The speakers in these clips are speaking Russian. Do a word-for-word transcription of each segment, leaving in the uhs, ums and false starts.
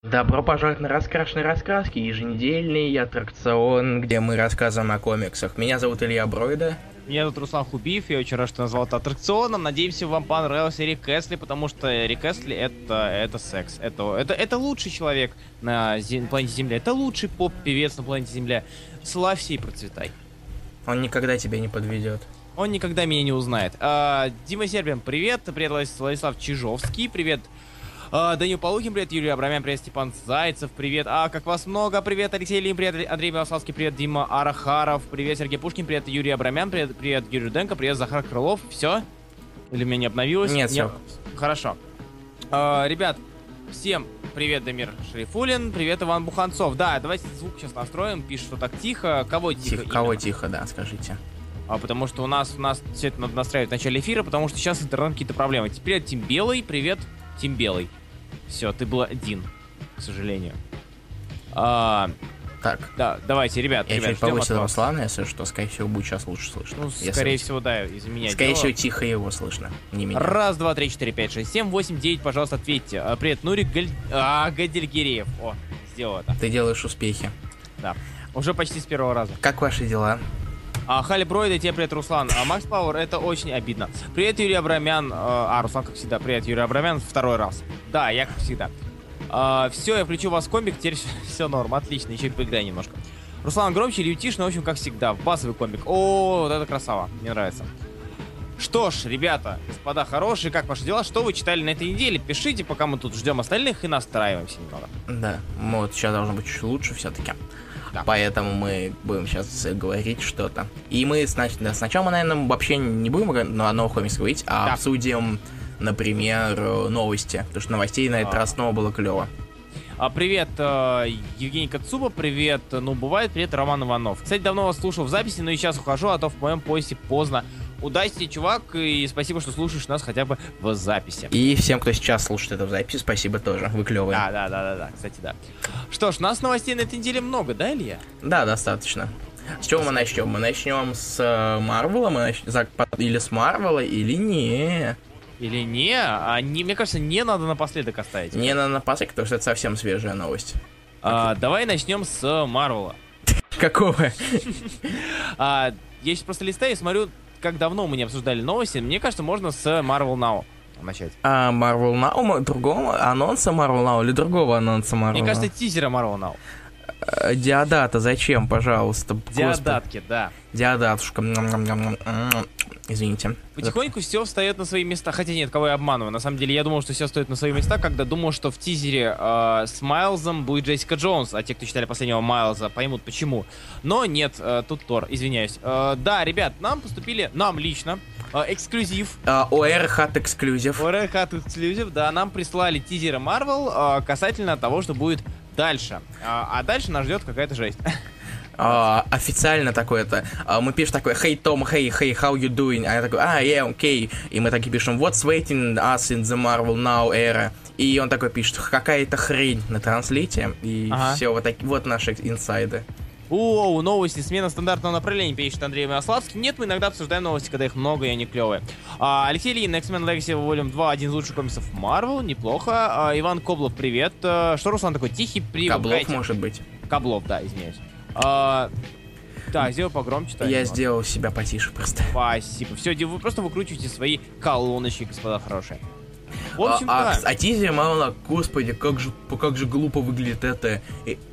Добро пожаловать на Раскрашенные раскраски, еженедельный аттракцион, где мы рассказываем о комиксах. Меня зовут Илья Бройда. Меня зовут Руслан Хубиев, я очень рад, что назвал это аттракционом. Надеемся, вам понравился Рик Эстли, потому что Рик Эстли это, это секс. Это, это, это лучший человек на зем... планете Земля, это лучший поп-певец на планете Земля. Славься и процветай. Он никогда тебя не подведет. Он никогда меня не узнает. А, Дима Сербин, привет. Привет, Владислав Чижовский, привет. Uh, Данил Полухин, привет, Юрий Абрамян, привет, Степан Зайцев, привет, а, как вас много, привет, Алексей Лин, привет, Андрей Белославский, привет, Дима Арахаров, привет, Сергей Пушкин, привет, Юрий Абрамян, привет, привет, Юрий Руденко, привет, Захар Крылов, все? Или у меня не обновилось? Нет, все. Хорошо. Uh, ребят, всем привет, Дамир Шарифулин, привет, Иван Буханцов. Да, давайте звук сейчас настроим, пишет, что так тихо, кого тихо? Тихо, кого тихо, да, скажите. А, потому что у нас, у нас все это надо настраивать в начале эфира, потому что сейчас интернет какие-то проблемы. Теперь Тим Белый, привет, Тим Белый. Все, ты был один, к сожалению. А, так. Да, давайте, ребят, Я ребят, чуть повысил Руслана, если что, скорее всего, будет сейчас лучше слышно. Ну, скорее всего, да, из-за меня. Скорее дело. всего, тихо его слышно, не меня. Раз, два, три, четыре, пять, шесть, семь, восемь, девять, пожалуйста, ответьте. А, привет, Нурик Галь... а, Гадельгиреев. О, сделал это. Ты делаешь успехи. Да, уже почти с первого раза. Как ваши дела? А, Хали Бройда, тебе привет, Руслан. А, Макс Пауэр, это очень обидно. Привет, Юрий Абрамян. А, а, Руслан, как всегда, привет, Юрий Абрамян, второй раз. Да, я как всегда. А, все, я включу вас в комбик, теперь все норм, отлично, еще и поиграй немножко. Руслан громче или утишь, но в общем, как всегда, в басовый комбик. О, вот это красава, мне нравится. Что ж, ребята, господа хорошие, как ваши дела? Что вы читали на этой неделе? Пишите, пока мы тут ждем остальных и настраиваемся немного. Да, вот сейчас должно быть чуть лучше все-таки. Да. Поэтому мы будем сейчас говорить что-то. И мы сначала, сначала мы, наверное, вообще не будем о новых комиксах говорить, а да. обсудим, например, новости. Потому что новостей на этот а... раз снова было клево. А, привет, э, Евгений Кацуба, привет, ну бывает, привет, Роман Иванов. Кстати, давно вас слушал в записи, но и сейчас ухожу, а то в моем поясе поздно. Удачи тебе, чувак, и спасибо, что слушаешь нас хотя бы в записи. И всем, кто сейчас слушает это в записи, спасибо тоже, вы клевые. Да, да, да, да, да, кстати, да. Что ж, у нас новостей на этой неделе много, да, Илья? Да, достаточно. С чего мы начнем? Мы начнем с Марвела, мы нач... или с Марвела, или не. Или не? А не, мне кажется, не надо напоследок оставить. Не надо напоследок, потому что это совсем свежая новость. А, давай начнем с Марвела. Какого? а, я сейчас просто листаю и смотрю, как давно мы не обсуждали новости. Мне кажется, можно с Marvel Now начать. А Marvel Now? Другого анонса Marvel Now или другого анонса Marvel Now? Мне кажется, тизера Marvel Now. Диодата, зачем, пожалуйста? Диодатки, Господи. Да. Диодатушка. Извините. Потихоньку все встает на свои места. Хотя нет, кого я обманываю. На самом деле, я думал, что все стоит на свои места, когда думал, что в тизере э, с Майлзом будет Джессика Джонс. А те, кто читали последнего Майлза, поймут почему. Но нет, э, тут Тор, извиняюсь. Э, да, ребят, нам поступили, нам лично, э, эксклюзив. Uh, о эр Hat эксклюзив. о эр Hat эксклюзив, да, нам прислали тизеры Marvel э, касательно того, что будет дальше. А, а дальше нас ждет какая-то жесть. Uh, официально такое-то. Uh, мы пишем такое: Hey Tom, hey, hey, how you doing? А я такой: а, yeah, okay. И мы такие пишем: What's waiting us in the Marvel Now era? И он такой пишет: какая-то хрень на транслите. И ага. все, вот, таки, вот наши инсайды. Оу, новости, смена стандартного направления, пишет Андрей Мирославский. Нет, мы иногда обсуждаем новости, когда их много и они клевые. А, Алексей Лин, X-Men Legacy Volume два, один из лучших комиксов Marvel, неплохо. А, Иван Коблов, привет. А, что Руслан такой тихий? Привет. Коблов, может быть. Коблов, да, извиняюсь. А, да, сделай погромче. Я немного. Сделал себя потише просто. Спасибо. Все, вы просто выкручиваете свои колоночки, господа хорошие. В общем, а, да. А, а тизер, мало, господи, как же, как же глупо выглядит это.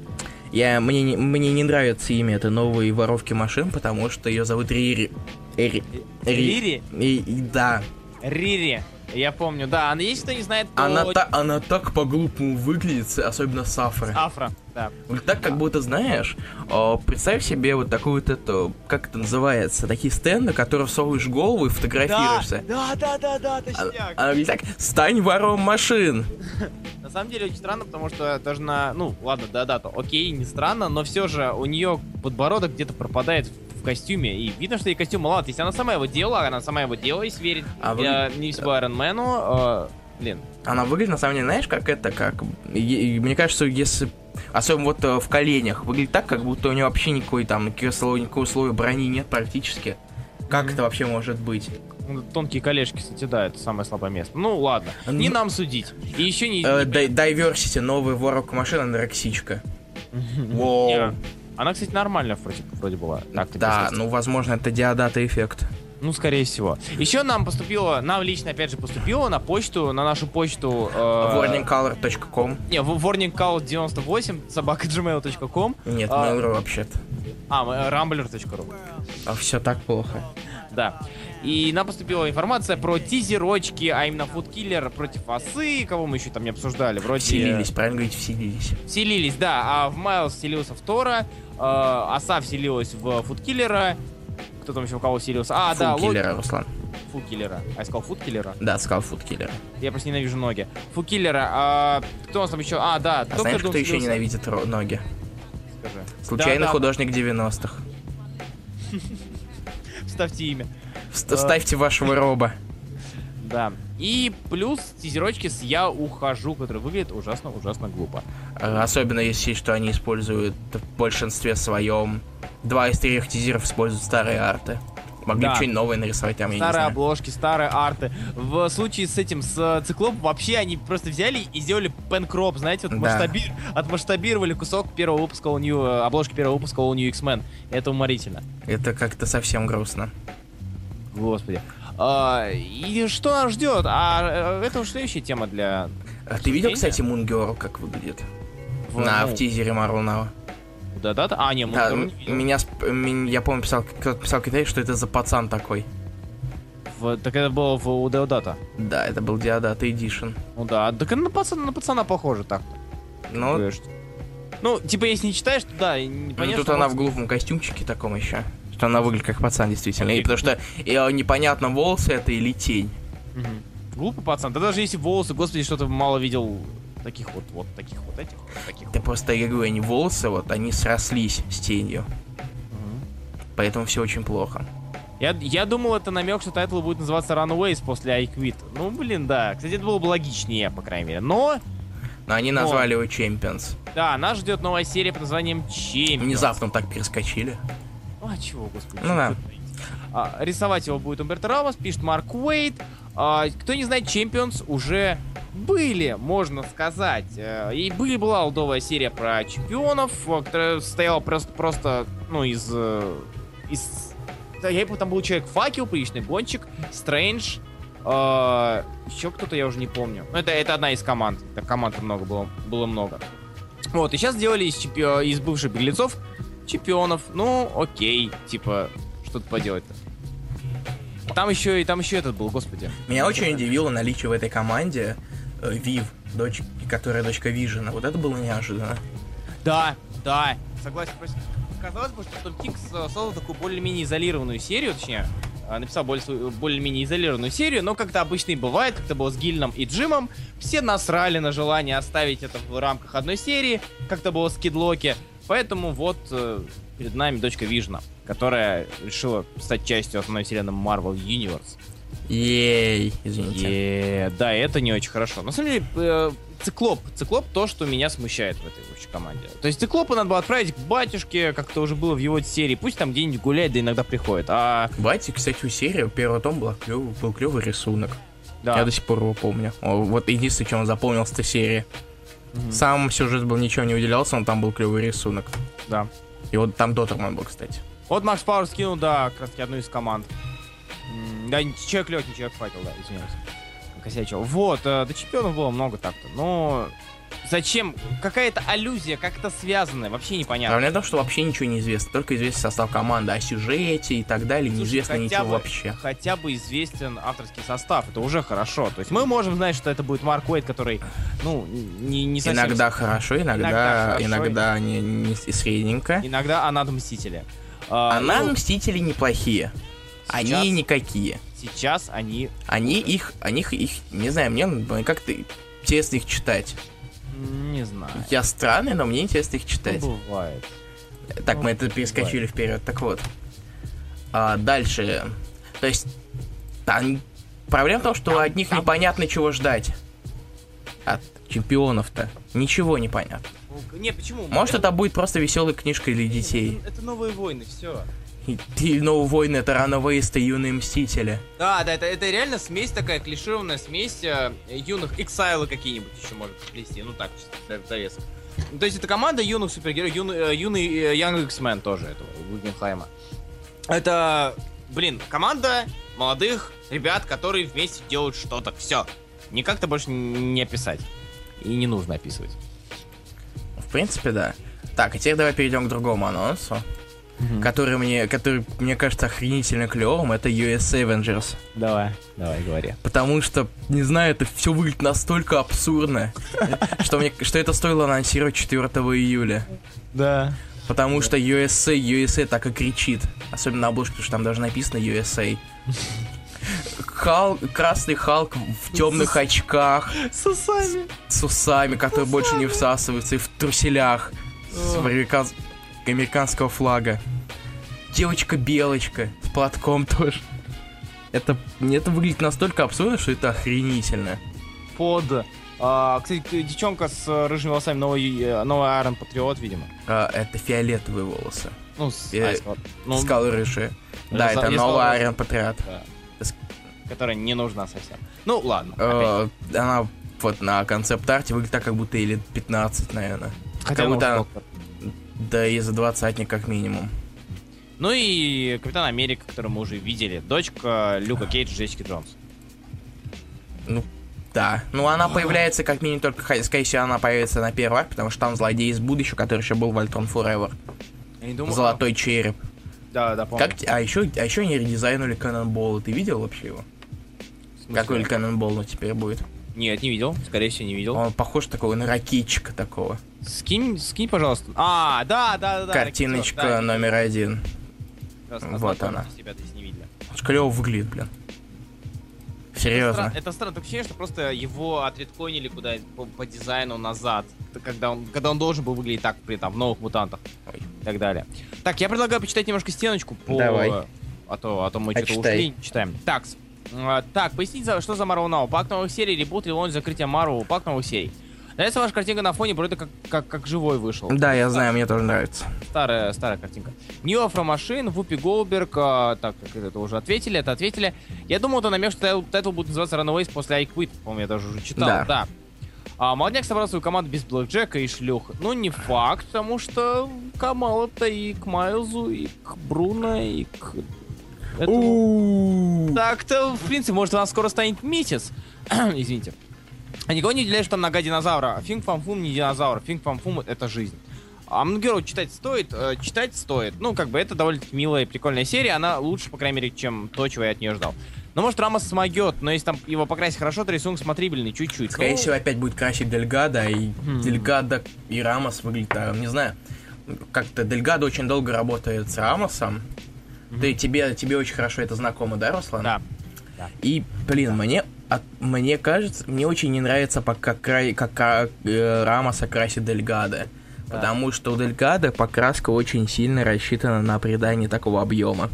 Я, мне, не, мне не нравится имя этой новой воровки машин, потому что ее зовут Рири. Рири? Рири? И, и, да. Рири. Я помню, да. А если кто не знает, то... Она, та, она так по-глупому выглядит, особенно с афро. Афро, да. Вот так, как будто, знаешь, о, представь себе вот такую вот эту, как это называется, такие стенды, которые всовываешь голову и фотографируешься. Да, да, да, да, да, точняк. Она говорит так: стань вором машин. На самом деле очень странно, потому что даже на... Ну, ладно, да-да, то окей, не странно, но все же у нее подбородок где-то пропадает в костюме, и видно, что ей костюм маловат. Если она сама его делала, она сама его делала, если верить а я, вы... не всего Айронмену, э, блин. Она выглядит, на самом деле, знаешь, как это, как... И, мне кажется, если... Особенно вот в коленях. Выглядит так, как будто у нее вообще никакой там, никакого условия брони нет практически. Как mm-hmm. это вообще может быть? Тонкие колешки, кстати, да, это самое слабое место. Ну, ладно, не нам судить. И еще не... Э, Diversity, новая воровка машина, анорексичка. Воу. Она, кстати, нормальная вроде, вроде была. Так, да, ну, возможно, это диодата эффект. Ну, скорее всего. Еще нам поступило, нам лично, опять же, поступило на почту, на нашу почту... Э, warning color точка com. Не, warning color девяносто восемь, собака gmail точка com. Нет, а, Mail.ru вообще-то. А, rambler точка ру. А все так плохо. Да. И нам поступила информация про тизерочки, а именно Foodkiller против Осы, кого мы еще там не обсуждали. Вроде... Вселились, правильно говорить, вселились. Вселились, да. А в Майлз вселился в Тора, э, Оса вселилась в Foodkiller. Кто там еще у кого вселился? А, Фу да, Киллера, Лог... Руслан. Фукиллера. А я сказал Фудкиллера? Да, сказал Фудкиллера. Я просто ненавижу ноги. Фукиллера. А, кто у нас там еще? А, да. А знаешь, кто еще ненавидит ноги? Скажи. Случайный да, художник девяностых. Вставьте имя. Вставьте вашего роба. Да. И плюс тизерочки с «Я ухожу», который выглядит ужасно-ужасно глупо. Особенно если что они используют в большинстве своем. Два из трех тизеров используют старые арты. Могли да. что-нибудь новое нарисовать там, я старые не знаю. обложки, старые арты. В случае с этим, с Циклопом, вообще они просто взяли и сделали пенкроп, знаете, вот да. масштаби... отмасштабировали кусок первого выпуска All New, обложки первого выпуска All New X-Men. Это уморительно. Это как-то совсем грустно. Господи. А, и что нас ждет? А это уж следующая тема для... А ты видел, кстати, Moon Girl, как выглядит? В, На, ну... в тизере Marvel Now. Да, да, да. А, не, да, меня, меня, я помню, писал, кто-то писал Китай, что это за пацан такой. В, так это было в у Деодата. Да, это был Диодата Edition. Ну да, так на пацана, на пацана похоже так-то. Ну, ну, типа, если не читаешь, то да, не понятно. Ну, тут она может... в глупом костюмчике таком еще. Что она выглядит как пацан, действительно. И потому что и, непонятно, волосы это или тень. Угу. Глупый пацан. Да даже если волосы, господи, что-то мало видел таких вот, вот таких вот этих. Вот, таких да вот. просто, я говорю, они волосы, вот, они срослись с тенью. Угу. Поэтому все очень плохо. Я, я думал, это намек, что тайтл будет называться Runaways после I Quit. Ну, блин, да. Кстати, это было бы логичнее, по крайней мере. Но... Но они назвали Но... его Champions. Да, нас ждет новая серия под названием Champions. Внезапно так перескочили. Ну, а чего, господи? Ну да. А, рисовать его будет Умберто Рамос, пишет Марк Уэйт. А, кто не знает, Champions уже были, можно сказать. И были, была олдовая серия про чемпионов, которая состояла просто, просто ну, из... из... Я помню, там был Человек-факел, приличный гонщик, Стрэндж, э, еще кто-то, я уже не помню. Это, это одна из команд. Так, команд много было, было много. Вот, и сейчас сделали из, чемпион, из бывших беглецов чемпионов. Ну, окей, типа, что-то поделать-то. Там еще и там еще этот был, господи. Меня очень удивило наличие в этой команде э, Вив, дочь, которая дочка Вижена. Вот это было неожиданно. Да, да, согласен. Казалось бы, что Том Кингс создал такую более-менее изолированную серию, точнее, написал более, более-менее изолированную серию, но как-то обычно и бывает, как-то было с Гильном и Джимом, все насрали на желание оставить это в рамках одной серии, как-то было с Кидлоки, поэтому вот э, перед нами дочка Вижна, которая решила стать частью основной вселенной Marvel Universe. Ей, извините. Е, да, это не очень хорошо. На самом деле, э, Циклоп. Циклоп то, что меня смущает в этой общей команде. То есть Циклопа надо было отправить к батюшке, как это уже было в его серии. Пусть там где-нибудь гуляет, да иногда приходит. А... Батя, кстати, у серии, у первого тома был клевый, был клевый рисунок. Да. Я до сих пор его помню. О, вот единственное, чем он запомнился, эта серия. Mm-hmm. Сам сюжет был, ничего не уделялся, но там был клевый рисунок. Да. И вот там Доттерман был, кстати. Вот Макс Пауэр скинул, да, как раз таки одну из команд. Да, Человек-лёд, не Человек-факел, да, извиняюсь. Косячил. Вот, э, до чемпионов было много так-то, но... Зачем? Какая-то аллюзия, как-то связанная, вообще непонятно. Проблема в том, что вообще ничего не известно, только известен состав команды, о сюжете и так далее, Слушай, неизвестно ничего бы, вообще. Хотя бы известен авторский состав, это уже хорошо. То есть мы можем знать, что это будет Марк Уэйт, который, ну, не, не совсем... Иногда хорошо, иногда, иногда, хорошо, иногда не, не средненько. Иногда Анад Мстители. Анад ну, Мстители неплохие. Сейчас, они никакие. Сейчас они... Они их, они их, не знаю, мне как-то интересно их читать. Не знаю. Я странный, но мне интересно их читать. Ну, бывает. Так, ну, мы это перескочили бывает. Вперед. Так вот. А, дальше. То есть, там, проблема в том, что там, от них там... непонятно, чего ждать. От чемпионов-то. Ничего не понятно. Не, почему? Может, это... это будет просто веселая книжка для детей. Это, это новые войны, все. И, и новые войны — это Runaways и юные мстители. Да, да, это, это реально смесь такая, клишированная смесь э, юных Exile какие-нибудь еще можно плести. Ну так, чисто в довесок. То есть это команда юных супергероев, юный, э, юный э, Young X-Men тоже этого, Гугенхайма. Это, блин, команда молодых ребят, которые вместе делают что-то. Все. Никак-то больше не описать. И не нужно описывать. В принципе, да. Так, и теперь давай перейдем к другому анонсу, mm-hmm. который, мне, который мне кажется охренительно клевым. Это ю эс Avengers. Давай, давай, говори. Потому что, не знаю, это все выглядит настолько абсурдно, что мне что это стоило анонсировать четвёртого июля. Да. Потому что ю эс эй, ю эс эй так и кричит. Особенно на обложке, потому что там даже написано ю эс эй. Халк, красный Халк в темных очках. С усами. С усами, которые больше не всасываются, и в труселях с американ... американского флага. Девочка-белочка с платком тоже. Это, это выглядит настолько абсурдно, что это охренительно. Под... А, кстати, девчонка с рыжими волосами, новый, новый Iron Patriot, видимо. А, это фиолетовые волосы. Ну, с... И... а, ну... Скалы рыжие. Да, это новый Iron Patriot. Да. Которая не нужна совсем. Ну, ладно. Э, она вот на концепт-арте выглядит так, как будто ей лет пятнадцать, наверное. Хотя как будто она... Да и за двадцатник как минимум. Ну и Капитан Америка, которую мы уже видели. Дочка Люка Кейдж, Джессики Джонс. Ну, да. Ну, она появляется как минимум только... Скорее всего, она появится на первый акт, потому что там злодей из будущего, который еще был в Альтрон Forever. Думаю, Золотой а... череп. Да, да, помню. Как... А еще, а еще они редизайнули Каннонболла. Ты видел вообще его? Какой Каннонболл, ну, теперь будет? Нет, не видел. Скорее всего, не видел. Он похож такого на ракетчика такого. Скинь, скинь, пожалуйста. А, да, да, да. Картиночка да, номер один. Раз, вот она. Ребята, если не видели. Он клево выглядит, блин. Серьезно. Это, стра- это странно. Такое ощущение, что просто его отредконили куда-нибудь по, по дизайну назад. Когда он, когда он должен был выглядеть так при там, в новых мутантах. Ой. И так далее. Так, я предлагаю почитать немножко стеночку по... Давай. А то, а то мы а что-то читай. ушли. Читаем. Так, а, так, поясните, что за Marvel Now. Пак новых серий, ребут, релонч, закрытие Marvel, пак новых серий. Нравится ваша картинка на фоне, вроде как, как, как живой вышел. Да, я знаю, мне тоже нравится. Старая, старая картинка. New Afro Machine, Вупи Голдберг, а, так, как это уже ответили, это ответили. Я думал, это намек, что тайтл будет называться Runaways после I Quit, по-моему, я даже уже читал, да. да. А, Молодняк собрал свою команду без Блэк Джека и шлюх. Ну, не факт, потому что Камала-то и к Майлзу, и к Бруно, и к... Этому... Так-то, в принципе, может, у нас скоро станет месяц. Извините. А никого не удивляет, что там нога динозавра. Финг Фам Фум не динозавр. Финг Фам Фум — это жизнь. А Мангеру читать стоит? Э, читать стоит. Ну, как бы, это довольно-таки милая и прикольная серия. Она лучше, по крайней мере, чем то, чего я от нее ждал. Ну, может, Рамос смогет, но если там его покрасить хорошо, то рисунок смотрибельный чуть-чуть. Скорее ну... всего, опять будет красить Дельгадо, и hmm. Дельгадо и Рамос выглядят, не знаю, как-то Дельгадо очень долго работает с Рамосом. Mm-hmm. Ты, тебе, тебе очень хорошо это знакомо, да, Руслан? Да. да. И, блин, да. мне, от, мне кажется, мне очень не нравится, как, как, как э, Рамос красит Дельгадо. Да. Потому что у Дельгадо покраска очень сильно рассчитана на придание такого объема.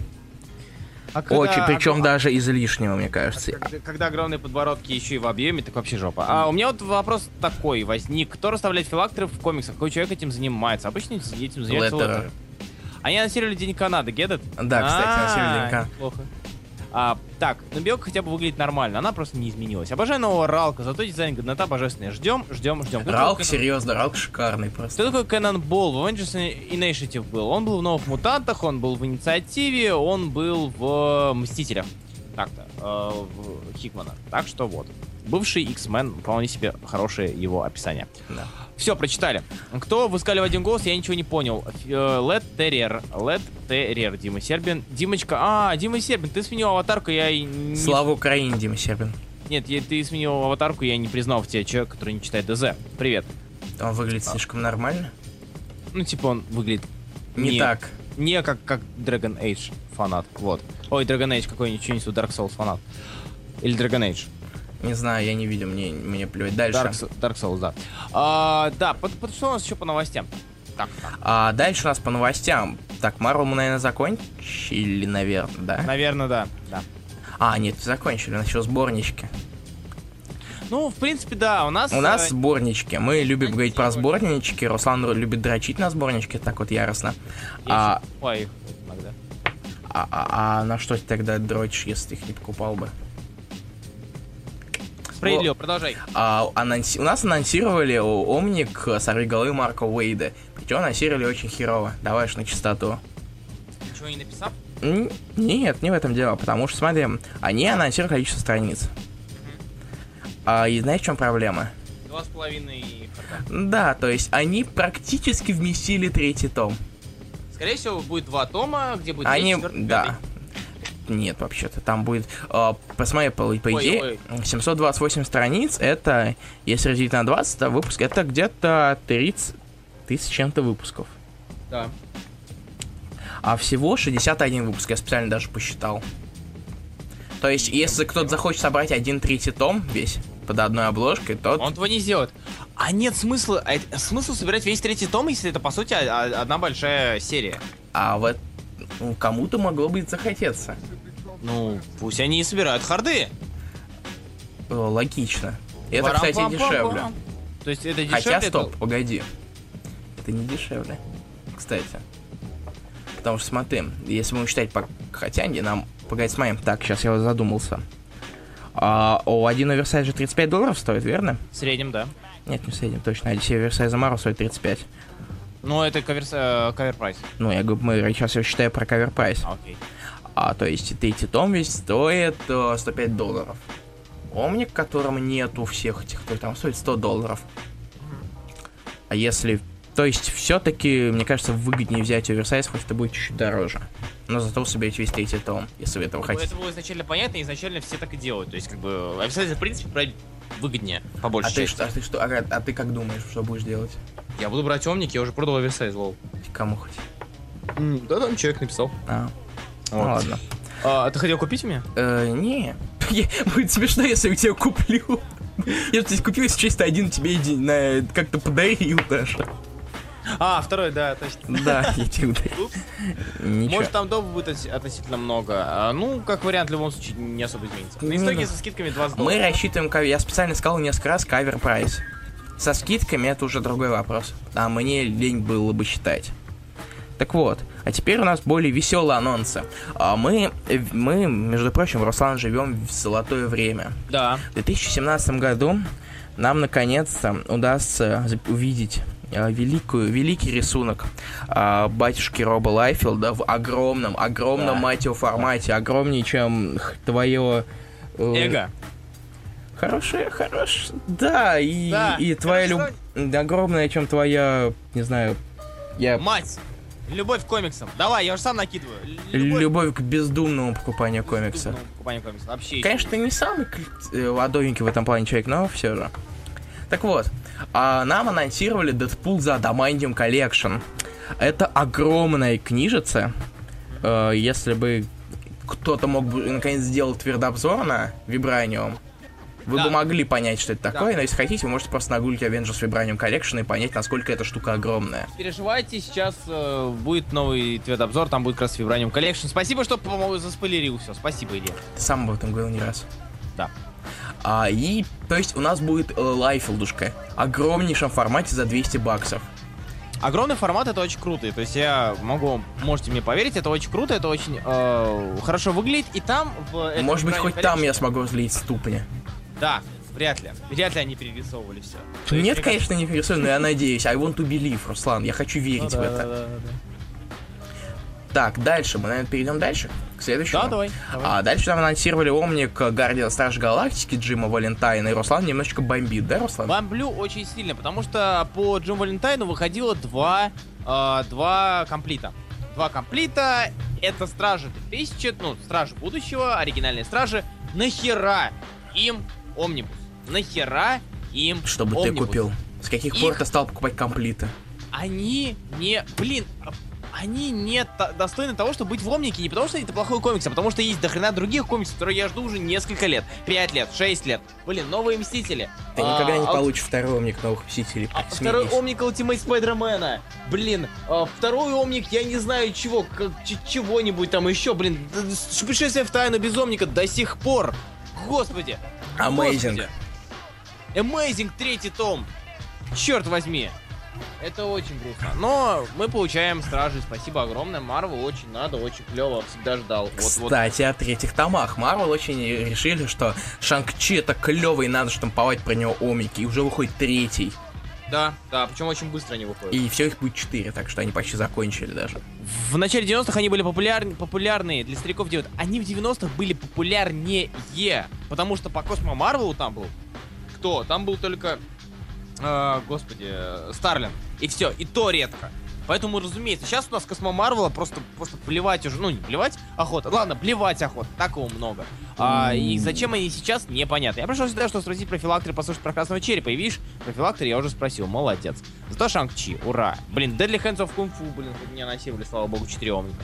А когда... Очень, причем а... даже излишнего, мне кажется. А когда, когда огромные подбородки еще и в объеме, так вообще жопа. А у меня вот вопрос такой возник. Кто расставляет филактеры в комиксах? Какой человек этим занимается? Обычно этим занимаются леттеры. Они анонсировали День Канады, get it? Да, кстати, анонсировали День Канады. Плохо. А, так, но Белка хотя бы выглядит нормально, она просто не изменилась. Обожаю нового Ралка, зато дизайн годнота божественная. Ждем, ждем, ждем. Ралк, Кэнон... серьезно, Ралк шикарный просто. Кто такой Каннонболл? В Avengers Initiative был. Он был в Новых Мутантах, он был в Инициативе, он был в Мстителях. Так-то, э, в Хикмана. Так что вот. Бывший X-Men, вполне себе хорошее его описание. Да. Все, прочитали. Кто вы сказали в один голос, я ничего не понял. Лед Террер. Лед Террер, Дима Сербин. Димочка. А, Дима Сербин, ты сменил аватарку, я и не... Слава Украине, Дима Сербин. Нет, я, ты сменил аватарку, я не признал в тебе человека, который не читает ДЗ. Привет. Он выглядит а. слишком нормально? Ну, типа он выглядит... Не, не так. Не как, как Dragon Age фанат, вот. Ой, Dragon Age какой-нибудь, что-нибудь, Dark Souls фанат. Или Dragon Age. Не знаю, я не видел, мне, мне плевать. Дальше. Dark, Dark Souls, да. А, да, под, под, что у нас еще по новостям? Так, так. А дальше у нас по новостям. Так, Marvel мы, наверное, закончили, наверное, да? Наверное, да. да. А, нет, закончили, у нас еще сборнички. Ну, в принципе, да, у нас... У нас сборнички. Мы любим говорить про сборнички. Руслан любит дрочить на сборнички так вот яростно. Я а... их иногда. А, а, а на что ты тогда дрочишь, если ты их не покупал бы? Справедливо, продолжай. А, анонси... У нас анонсировали Омник сорвиголовы Марка Уэйда. Причем анонсировали очень херово. Давай уж на чистоту. Ничего не написал? Н- Нет, не в этом дело. Потому что, смотри, они анонсировали количество страниц. А, и знаешь, в чем проблема? Два с половиной харда. Да, то есть они практически вместили третий том. Скорее всего, будет два тома, где будет Они, третий, четвертый, да. пятый. Нет, вообще-то, там будет, э, посмотри, по, по Ой, идее, ой. семьсот двадцать восемь страниц, это, если разделить на двадцать, это выпуск, это где-то тридцать тысяч чем-то выпусков. Да. А всего шестьдесят один выпуск, я специально даже посчитал. То есть, если кто-то захочет собрать один третий том весь под одной обложкой, то... Он этого не сделает. А нет смысла, а это- смысл собирать весь третий том, если это, по сути, а- а- одна большая серия. А вот ну, кому-то могло бы захотеться. Ну, пусть они и собирают харды. Э, Логично. Это, кстати, Парам-пам-пам-пам. дешевле. То есть это дешевле? Хотя, это- стоп, погоди. Это не дешевле, кстати. Потому что, смотри, если будем считать по... Хотя, не, нам... Погоди, смотри. Так, сейчас я вот задумался. А, о, один оверсайз же тридцать пять долларов стоит, верно? В среднем, да. Нет, не в среднем, точно. Одиссея оверсайза Мару стоит тридцать пять. Ну, это кавер, э, кавер-прайс. Ну, я говорю, мы сейчас я считаю про кавер-прайс. А, окей. А, то есть, третий том весь стоит э, сто пять долларов. Омник, которому нету всех этих, то там стоит сто долларов. А если... То есть, все-таки, мне кажется, выгоднее взять оверсайз, хоть это будет чуть-чуть дороже. Но зато вы соберете весь третий том, если вы этого Ну, хотите. это было изначально понятно, и изначально все так и делают. То есть, как бы, официально, в принципе, брать выгоднее, по большей А ты, части. что, а ты что, а, а ты как думаешь, что будешь делать? Я буду брать омник, я уже продал оверсайз, лол. Кому хоть? Да, там человек написал. А, ну Вот. ладно. А, ты хотел купить у меня? Э, не. Я- Будет смешно, если я тебе куплю. Я здесь купил, если чисто один тебе иди- на- как-то подарил даже. А, второй, да, точно. Да, я тебе ударил. Упс. Ничего. Может, там дома будет отс- относительно много. А, ну, как вариант, в любом случае, не особо изменится. На Ну истоке да. со скидками двадцать Мы долларов. рассчитываем кавер. Я специально сказал несколько раз кавер прайс. Со скидками это уже другой вопрос. А мне лень было бы считать. Так вот, а теперь у нас более веселые анонсы. А мы, э, мы, между прочим, Руслан, живем в золотое время. Да. В две тысячи семнадцатом году нам наконец-то удастся за- увидеть э, великую, великий рисунок э, батюшки Роба Лайфилда в огромном, огромном, Да. мать его, формате, огромнее, чем х- твое... э, Эго. Хорошее, хорошее. Да, и, Да, и твоя хорошо. любовь огромная, чем твоя, не знаю, я... Мать! Любовь к комиксам. Давай, я уже сам накидываю. Любовь к бездумному покупанию к комиксов. бездумному покупанию комиксов. Вообще. Конечно, ты не самый э, ладовенький в этом плане человек, но все же. Так вот, а, нам анонсировали Дэдпул за Adamantium Collection. Это огромная книжица. Э, если бы кто-то мог бы наконец сделать твердообзор на Vibranium, вы Да. бы могли понять, что это такое, Да. но если хотите, вы можете просто нагуглить Avengers Vibranium Collection и понять, насколько эта штука огромная. Не переживайте, сейчас э, будет новый твит-обзор, там будет как раз Vibranium Collection. Спасибо, что, по-моему, заспойлерил все. Спасибо, Илья. Ты сам об этом говорил не раз. Да. А, и, то есть, у нас будет э, Лайфилдушка. Огромнейшем формате за двести баксов. Огромный формат, это очень круто. То есть я могу, можете мне поверить, это очень круто, это очень э, хорошо выглядит. И там в этом Может быть, Vibranium хоть там Collection- я смогу разлить ступни. Да, вряд ли. Вряд ли они перерисовывали все. Нет, конечно, не пересуду, но я надеюсь. I want to believe, Руслан. Я хочу Ну верить в это. Так, дальше. Мы, наверное, перейдем дальше. К следующему. Да, давай. давай. А дальше нам анонсировали Омник Гардиан Страж Галактики Джима Валентайна. И Руслан немножечко бомбит, да, Руслан? Бомблю очень сильно, потому что по Джиму Валентайну выходило два, э, два комплита. Два комплита, это Стражи две тысячи, ну, Стражи будущего, оригинальные Стражи. Нахера им Омнибус? Нахера им Чтобы Омнибус? ты купил. С каких Их- пор ты стал покупать комплиты? Они не... Блин, а- они не та- достойны того, чтобы быть в Омнике. Не потому что это плохой комикс, а потому что есть дохрена других комиксов, которые я жду уже несколько лет. Пять лет, шесть лет. Блин, новые Мстители. Ты А, никогда не а- получишь второй Омник Новых Мстителей. А, Смирись. второй Омник Ультимейт Спайдермена. Блин, а, второй Омник, я не знаю чего, как, ч- чего-нибудь там еще, блин. д- д- Путешествие в тайну без Омника до сих пор. Господи. Amazing. Господи. Amazing третий том. Черт возьми. Это очень грустно. Но мы получаем Стражи. Спасибо огромное. Марвел очень надо, очень клево. Всегда ждал. Кстати, вот, вот. О третьих томах. Марвел очень решили, что Шанг-Чи это клевый, надо штамповать про него омики. И уже выходит третий. Да, да, причем очень быстро они выходят. И все их будет четыре, так что они почти закончили даже. В начале девяностых они были популярны, популярные для стариков девяностых. Они в девяностых были популярнее. Потому что по Космо Марвелу там был. Кто? Там был только... Э, господи, Старлинг. И все, и то редко. Поэтому, разумеется, сейчас у нас Космо Марвела просто, просто плевать уже. Ну, не плевать охота. Ладно, плевать охота. Такого много. А, и зачем они сейчас, непонятно. Я пришел сюда, чтобы спросить про филактор и послушать про Красного Черепа. И видишь, про филактор я уже спросил. Молодец. Зато Шанг-Чи, ура. Блин, Deadly Hands of Kung Fu, блин, хоть не анонсировали, слава богу, четыре омника.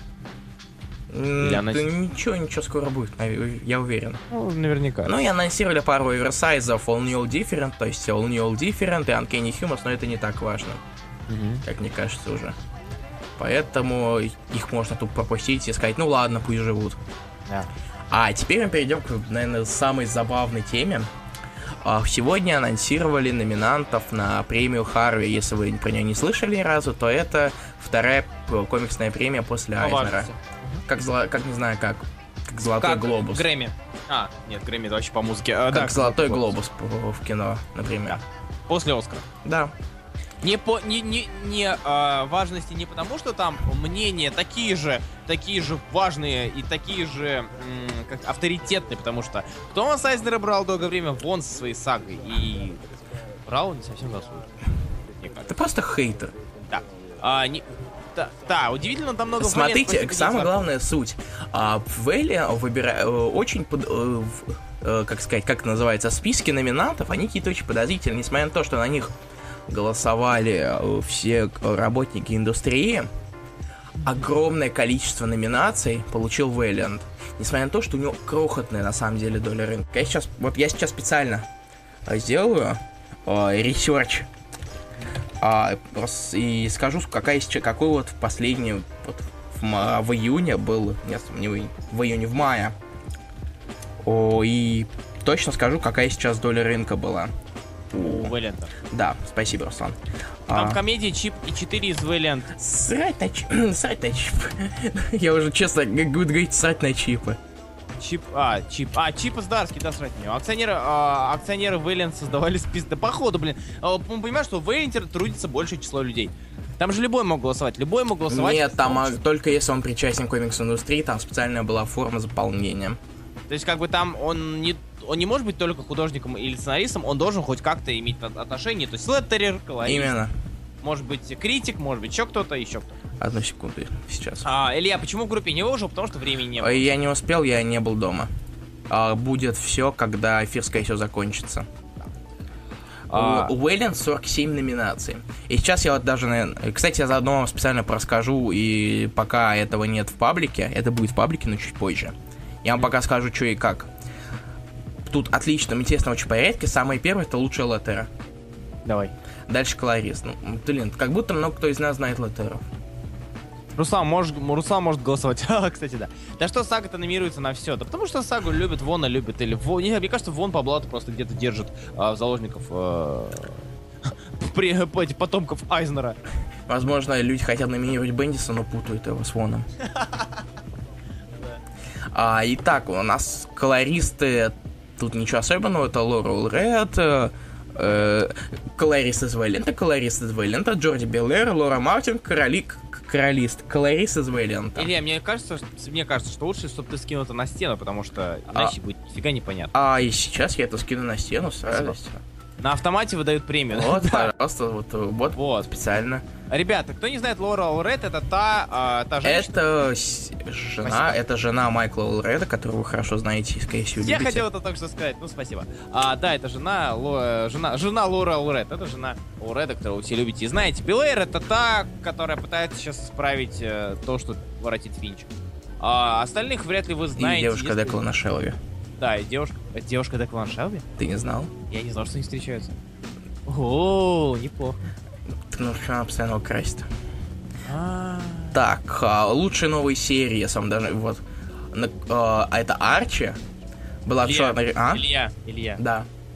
Да ничего, ничего скоро будет, я уверен. Ну, наверняка. Ну и анонсировали пару оверсайзов All New All Different, то есть All New All Different и Uncanny Humans, но это не так важно. Mm-hmm. Как мне кажется уже. Поэтому их можно тут пропустить и сказать, ну ладно, пусть живут. Yeah. А теперь мы перейдем к, наверное, самой забавной теме. Сегодня анонсировали номинантов на премию Харви. Если вы про нее не слышали ни разу, то это вторая комиксная премия после Айзнера. Как, зло... как не знаю, как, как Золотой как Глобус. Грэмми. А, нет, Грэмми это вообще по музыке. А, как да, Золотой Глобус в кино, например. Да. После Оскара. Да. Не по не, не, не а, важности не потому, что там мнения такие же, такие же важные и такие же м, как авторитетные, потому что Томас Айзнер брал долгое время вон со своей сагой и брал не совсем заслуженно. Ты просто хейтер. Да. А, не... Да, да, удивительно, там много... Смотрите, самая главная суть. А, Вэлли выбирает очень, под, э, как сказать, как это называется, списки номинантов, они какие-то очень подозрительные, несмотря на то, что на них голосовали все работники индустрии. Огромное количество номинаций получил Вэллиант, несмотря на то, что у него крохотная на самом деле доля рынка. Я сейчас, вот я сейчас специально сделаю ресерч. А, и скажу, какая, какой вот в последний, вот в, в июне был, нет, не в, в июне, в мае. О, и точно скажу, какая сейчас доля рынка была. У Вэллианта. Да, спасибо, Руслан. Там а, комедия Чип и четыре из Вэллиант. Срать на чип. Срать на чип. Я уже честно буду говорить срать на чипы. Чип, а, Чип, а, Чип из Дарски, да, срать на него. Акционеры, а, акционеры Вэллиант создавали список. Да походу, блин. А, мы понимаем, что в Вэллианте трудится большее число людей. Там же любой мог голосовать, любой мог голосовать. Нет, там а, только если он причастен к комикс-индустрии, там специальная была форма заполнения. То есть, как бы там он не, он не может быть только художником или сценаристом, он должен хоть как-то иметь отношение. То есть, леттерер, колорист. Именно. Может быть, критик, может быть, еще кто-то, еще кто-то. Одну секунду сейчас. А, Илья, почему в группе не выложил? Потому что времени не было. Я не успел, я не был дома. А, будет все, когда эфир, скорее всего, закончится. А... У Вэллиант сорок семь номинаций. И сейчас я вот даже, наверное... Кстати, я заодно вам специально расскажу, и пока этого нет в паблике, это будет в паблике, но чуть позже. Я вам пока скажу, что и как. Тут отлично, интересно, очень порядке. Самое первое — это лучшая леттера. Давай. Дальше колорист. Ну, блин, как будто много кто из нас знает леттеров. Руслан, может, Руслан может голосовать. Кстати, да. Да что сага-то номируется на все? Да потому что сагу любит, Вона любит. Или Вон... Не, мне кажется, Вон по блату просто где-то держит а, заложников а... при, потомков Айзнера. Возможно, люди хотят номинировать Бендиса, но путают его с Воном. а, Итак, у нас колористы. Тут ничего особенного. Это Лорел Ред, колорист из Вэллианта, колорист из Вэллианта, Джорди Беллер, Лора Мартин, короли... королист, колорист из Вэллианта. Илья, мне кажется, что, мне кажется, что лучше, чтобы ты скинул это на стену, потому что иначе а... будет нифига непонятно. А и сейчас я это скину на стену с радостью. На автомате выдают премию. Вот, пожалуйста, вот, вот, вот специально. Ребята, кто не знает, Лора Олред — это та, а, та женщина... Это жена, спасибо. Это жена Майкла Олреда, которого вы хорошо знаете, скорее всего, Я любите. хотел это только что сказать, ну спасибо. А, да, это жена, Ло, жена, жена Лора Олред, это жена Олреда, которого вы все любите и знаете. Белэйр — это та, которая пытается сейчас исправить э, то, что воротит Финч. А остальных вряд ли вы знаете. И девушка если... Деклана Шелби. Да, и девушка, девушка Деклана Шелби? Ты не знал? Я не знал, что они встречаются. О, неплохо. Ну, что она постоянно красит. Так, а, лучшие новые серии, я сам даже, вот. На, а, это Арчи. Была Илья, черная... А? Илья, Илья. Да.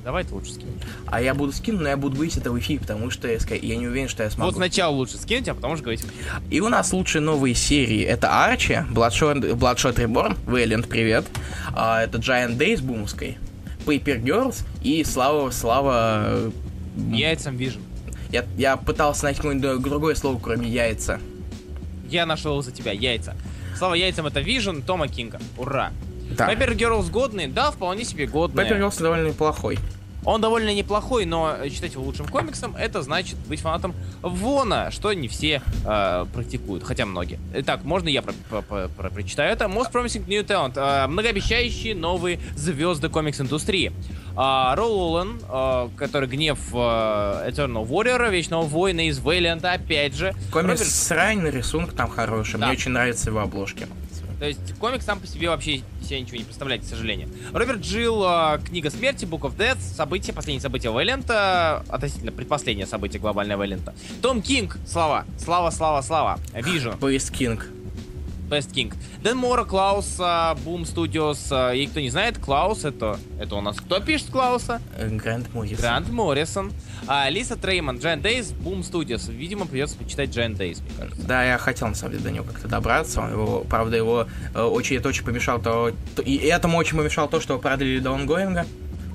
Давай ты лучше скинь. А я буду скинуть, но я буду говорить это в эфире, потому что я, ска- я не уверен, что я смогу. Вот сначала лучше скинуть, а потом уже говорить. И у нас лучшие новые серии. Это Арчи, Bloodshot, Bloodshot Reborn, Valiant, привет. А, это Giant Days бумовской, Paper Girls и Слава, Слава... Яйцам Vision. Я, я пытался найти какое-нибудь другое слово, кроме яйца. Я нашел за тебя яйца. Слава яйцам это Vision Тома Кинга. Ура. Да. Paper Girls годный? Да, вполне себе годный. Paper Girls довольно неплохой. Он довольно неплохой, но считать его лучшим комиксом, это значит быть фанатом Вона, что не все э, практикуют, хотя многие. Итак, можно я про, про, про, про, прочитаю это? Most Promising New Talent. Э, многообещающие новые звезды комикс-индустрии. Э, Ролл Оллен, э, который гнев э, Eternal Warrior, Вечного Воина из Вэлианта, опять же. Комикс Роберт... срань, рисунок там хороший. Да. Мне очень нравятся его обложки. То есть комикс сам по себе вообще себе ничего не представляет, к сожалению. Роберт Джилл, э, Книга смерти, Book of Death, события, последние события Вэлента, относительно предпоследнее событие глобальное Вэлента. Том Кинг, слава, слава, слава, слава, Vision. Best King. Best King. Дэн Мора, Клаус, Boom Studios. И кто не знает, Клаус это, это у нас кто пишет Клауса? Грант Моррисон. Грант Моррисон. А, Лиса Трейман, Giant Days, Boom Studios. Видимо, придется почитать Giant Days, мне кажется. Да, я хотел на самом деле до него как-то добраться. Его, правда, его э, очень, это очень помешало то, то. И этому очень помешало то, что его продали до онгоинга.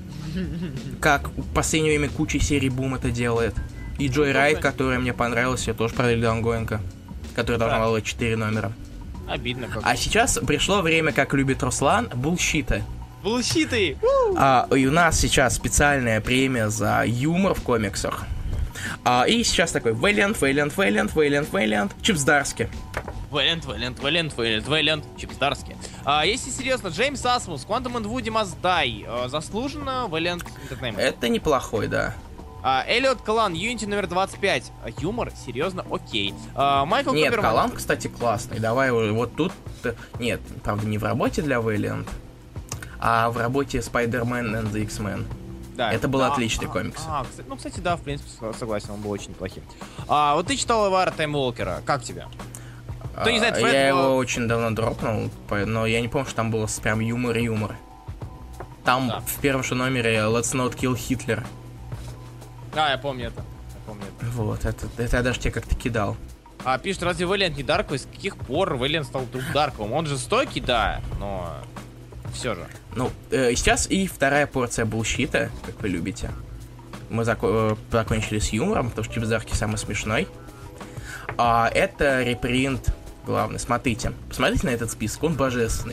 Как в последнее время куча серий Boom это делает. И Джой Райт, которая мне понравилась, ее тоже продали до онгоинга. Которая должна была четыре номера. Обидно как. А сейчас пришло время, как любит Руслан, булщита. Булщиты! А, и у нас сейчас специальная премия за юмор в комиксах. А, и сейчас такой Valiant, Valiant, Valiant, Valiant, Valiant, Чипс Дарски. Вэлент, Вэлент, Вэлент, Вэлент, Вэлент, Чипс Дарски. А, если серьезно, Джеймс Асмус, Quantum and Woody Must Die. А, заслуженно, Вэлент Entertainment. Это неплохой, да. А, Эллиот Калан, Юнити номер двадцать пять. А, юмор, серьезно, окей. А, Майкл Нет, Куперман. Калан, кстати, классный. Давай его вот тут... Нет, правда, не в работе для Valiant, а в работе Spider-Man and the X-Men. Да, Это был да, отличный а, комикс. А, кстати, ну, кстати, да, в принципе, согласен, он был очень неплохим. А, вот ты читал Эвара Таймволкера, как тебе? Кто не знает, Фред... Я его очень давно дропнул, но я не помню, что там было прям юмор-юмор. Там Да. в первом же номере Let's Not Kill Hitler. А, я помню это. Я помню это. Вот, это, это я даже тебе как-то кидал. А, пишет, разве Вэлиант не дарковый? С каких пор Вэлиант стал вдруг дарковым? Он жестокий, да, но все же. Ну, э, сейчас и вторая порция булщита, как вы любите. Мы зако- э, закончили с юмором, потому что Чипс Дарски самый смешной. А это репринт главный. Смотрите. Посмотрите на этот список, он божественный.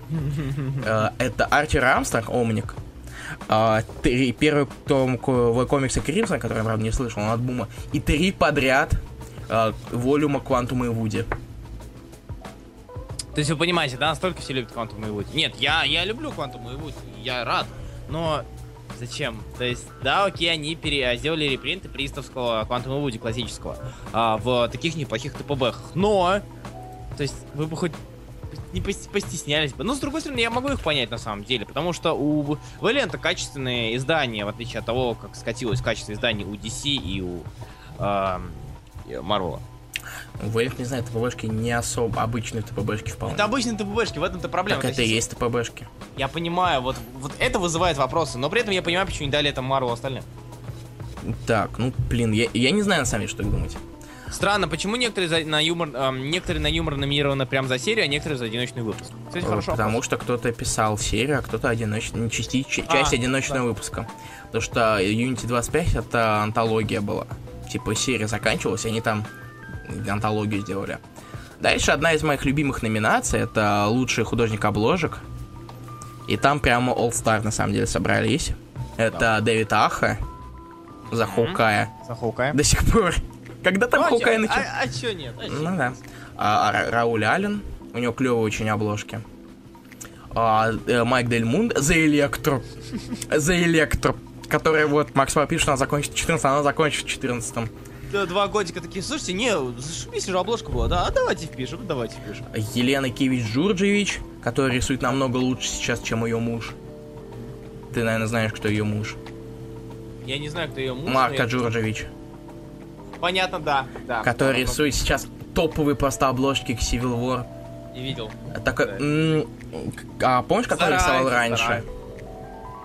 Э, это Арчер Армстронг, Омник. Uh, три, первый том комикса Кримсон, который я, правда, не слышал, он от Бума. И три подряд uh, волюма Квантума и Вуди. То есть вы понимаете, да, настолько все любят Quantum и Woody. Нет, я, я люблю Quantum и Woody, я рад, но зачем? То есть, да, окей, они пере... сделали репринты пристовского Quantum и Woody классического а, в таких неплохих ТПБ-хах, но, то есть, вы бы хоть не постеснялись бы. Но, с другой стороны, я могу их понять на самом деле, потому что у Valiant качественные издания, в отличие от того, как скатилось качество изданий у ди си и у Марвела. Valiant, не знаю, ТПБшки не особо обычные ТПБшки вполне. Это обычные ТПБшки, в этом-то проблема. Так это и есть ТПБшки. Я понимаю, вот, вот это вызывает вопросы, но при этом я понимаю, почему не дали это Марвел остальным. Так, ну, блин, я, я не знаю на самом деле, что думать. Странно, почему некоторые за, на юмор, эм, некоторые на юмор номинированы прям за серию, а некоторые за одиночный выпуск? Кстати, хорошо. Потому вопрос. что кто-то писал серию, а кто-то одиночный, части, часть А, одиночного да. выпуска. Потому что Unity двадцать пять это антология была. Типа серия заканчивалась, и они там антологию сделали. Дальше одна из моих любимых номинаций это лучший художник обложек. И там прямо All Star на самом деле собрались. Это Да. Дэвид Аха за Мгм. Хоукая. За Хоукая. До сих пор. Когда там Ну, а Хоукай чё- начал? А, а чё нет? А чё Ну нет? да. А, Ра- Рауль Аллен, у него клевые очень обложки. А, э, Майк Дель Мунд, The Electro. The Electro. Которая вот, Макс пишет, что она закончит в четырнадцатом, она закончит в четырнадцатом. Да, два годика такие, слушайте, не, зашибись же обложка была, да, а давайте впишем, давайте впишем. Елена Кивич-Джурджевич, которая рисует намного лучше сейчас, чем ее муж. Ты, наверное, знаешь, кто ее муж. Я не знаю, кто ее муж. Марка но я- Джурджевич. Понятно, да, да. Который Да, рисует сейчас топовые просто обложки к Civil War. Не видел. Такой, Да. м, а помнишь, который Старается, рисовал раньше? старается.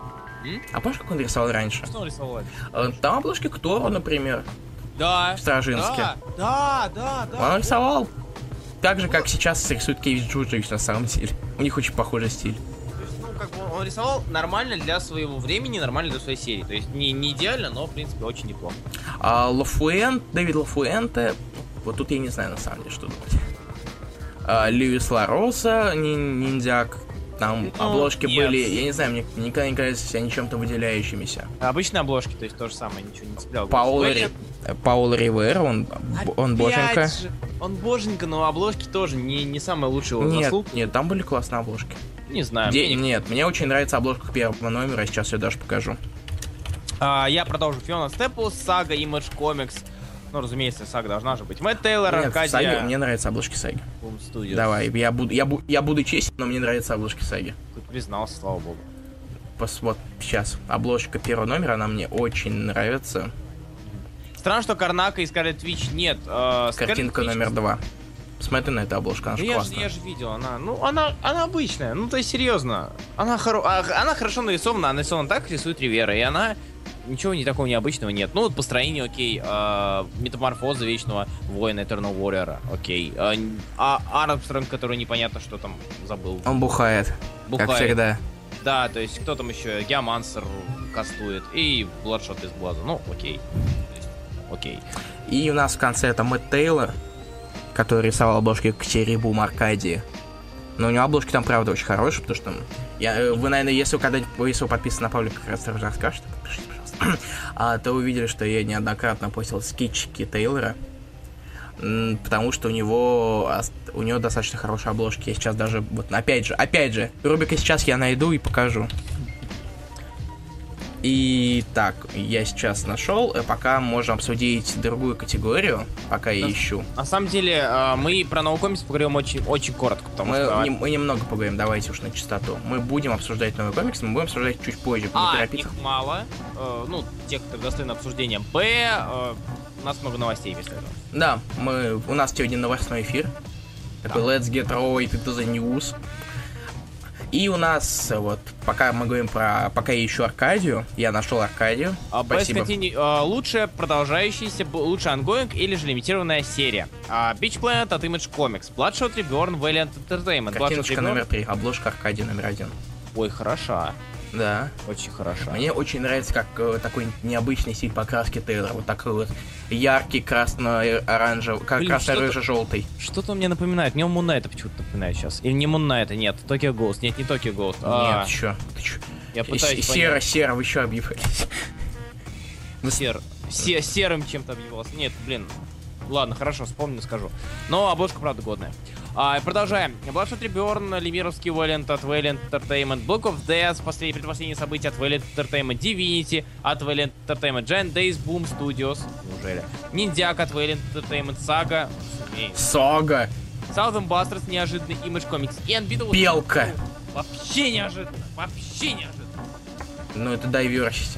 М? А помнишь, как он рисовал раньше? Что он рисовал? Э, Там обложки к Тору, например, Да. в Стражинске. Да, да, да. Он рисовал так же, как сейчас рисует Кевич Джуджевич на самом деле. У них очень похожий стиль. То есть, ну, как бы он, он рисовал нормально для своего времени, нормально для своей серии. То есть не, не идеально, но, в принципе, очень неплохо. А Лафуэнт, Дэвид Лафуэнте, вот тут я не знаю на самом деле, что думать. А, Льюис Лароса, нин- ниндзяк. Там Ну, обложки нет. были, я не знаю, мне никогда не кажется они чем-то выделяющимися. Обычные обложки, то есть то же самое, ничего не цеплял. Пауло, Вэлли- Ри- Пауло Ривера, он, он боженька. Опять же, он боженька, но обложки тоже не, не самая лучшая его Нет, заслуга. нет, там были классные обложки. Не знаю. Де- мне не- Нет, мне очень нравится обложка к первому номеру, сейчас я даже покажу. А, я продолжу. Фиона Степлс, Сага, Image Comics. Ну, разумеется, Сага должна же быть. Мэтт Тейлор, Нет, Аркадия. Саги, мне нравятся обложки Саги. Boom Studios. Давай, я буду, я, бу- я буду честен, но мне нравятся обложки Саги. Ты признался, слава богу. Пос- вот сейчас обложка первого номера, она мне очень нравится. Странно, что Карнака и Скарлетт Вич нет. Э, Скарлетт Картинка Вич- номер два. Смотри на эту обложку, она Да же я, же, классная. я же видел, она, ну, она, она обычная, ну, то есть, серьезно. Она, хоро... а, она хорошо нарисована, она нарисована так, как рисует Ривера, и она, ничего не такого необычного нет. Ну, вот построение, окей, э, метаморфоза вечного воина Eternal Warrior, окей. Э, а Армстронг, который непонятно, что там забыл. Он бухает, Бухает. как всегда. Да, то есть, кто там еще, Геомансер кастует, и Бладшот из Блаза, ну, окей. То есть, окей. И у нас в конце это Мэтт Тейлор, который рисовал обложки к серии Бум Аркадии. Но у него обложки там, правда, очень хорошие, потому что я, э, вы, наверное, если вы когда-нибудь если вы подписаны на Павлика, как раз уже расскажете, пишите, пожалуйста, а, то вы видели, что я неоднократно постил скетчики Тейлора, м, потому что у него ос- у него достаточно хорошие обложки. Я сейчас даже, вот опять же, опять же, рубрика сейчас я найду и покажу. И так, я сейчас нашел, э, пока можем обсудить другую категорию, пока я Да. ищу. На самом деле, э, мы про новый комикс поговорим очень, очень коротко, потому Мы, что... не- мы немного поговорим, давайте уж на чистоту. Мы будем обсуждать новый комикс, мы будем обсуждать чуть позже, не А, торопиться. их мало, э, ну, тех, которые достойны обсуждения. Б, э, у нас много новостей вместо этого. Да, мы, у нас сегодня новостной эфир. Такой let's get right into the news. И у нас, э, вот, пока мы говорим про... Пока я ищу Аркадию, я нашел Аркадию. А, Best Спасибо. Continue, э, лучшая продолжающаяся, б- лучшая ангоинг или же лимитированная серия. А, Beach Planet от Image Comics, Bloodshot Reborn, Valiant Entertainment. Bloodshot Картиночка Reborn- номер три, обложка Аркадии номер один. Ой, хороша, Да. очень хороша. Мне очень нравится, как э, такой необычный стиль покраски Тейлора. Вот такой вот яркий красно-оранжевый, Блин, красно-рыжо-желтый. Что-то он мне напоминает, мне он Moon Knight почему-то напоминает сейчас. Или не Moon Knight, нет, Tokyo Ghost, нет, не Tokyo Ghost. а, Нет, чё? Ты чё? Я пытаюсь Серо, серо, вы чё объявились? понять. Сер... се- серым чем-то объявился. Нет, блин. Ладно, хорошо, вспомню, скажу. Но обложка, правда, годная. А, продолжаем. Bloodshot Reborn, Лемировский Valiant от Valiant Entertainment, Book of Death, последние предпоследние события от Valiant Entertainment, Divinity от Valiant Entertainment, Giant Days, Boom Studios, неужели? Ниндзяк от Valiant Entertainment, Saga, Сога, Southern Bastards, неожиданный Image Comics и Unbeatable. Белка. Вообще неожиданно, вообще неожиданно. Ну это Diversity.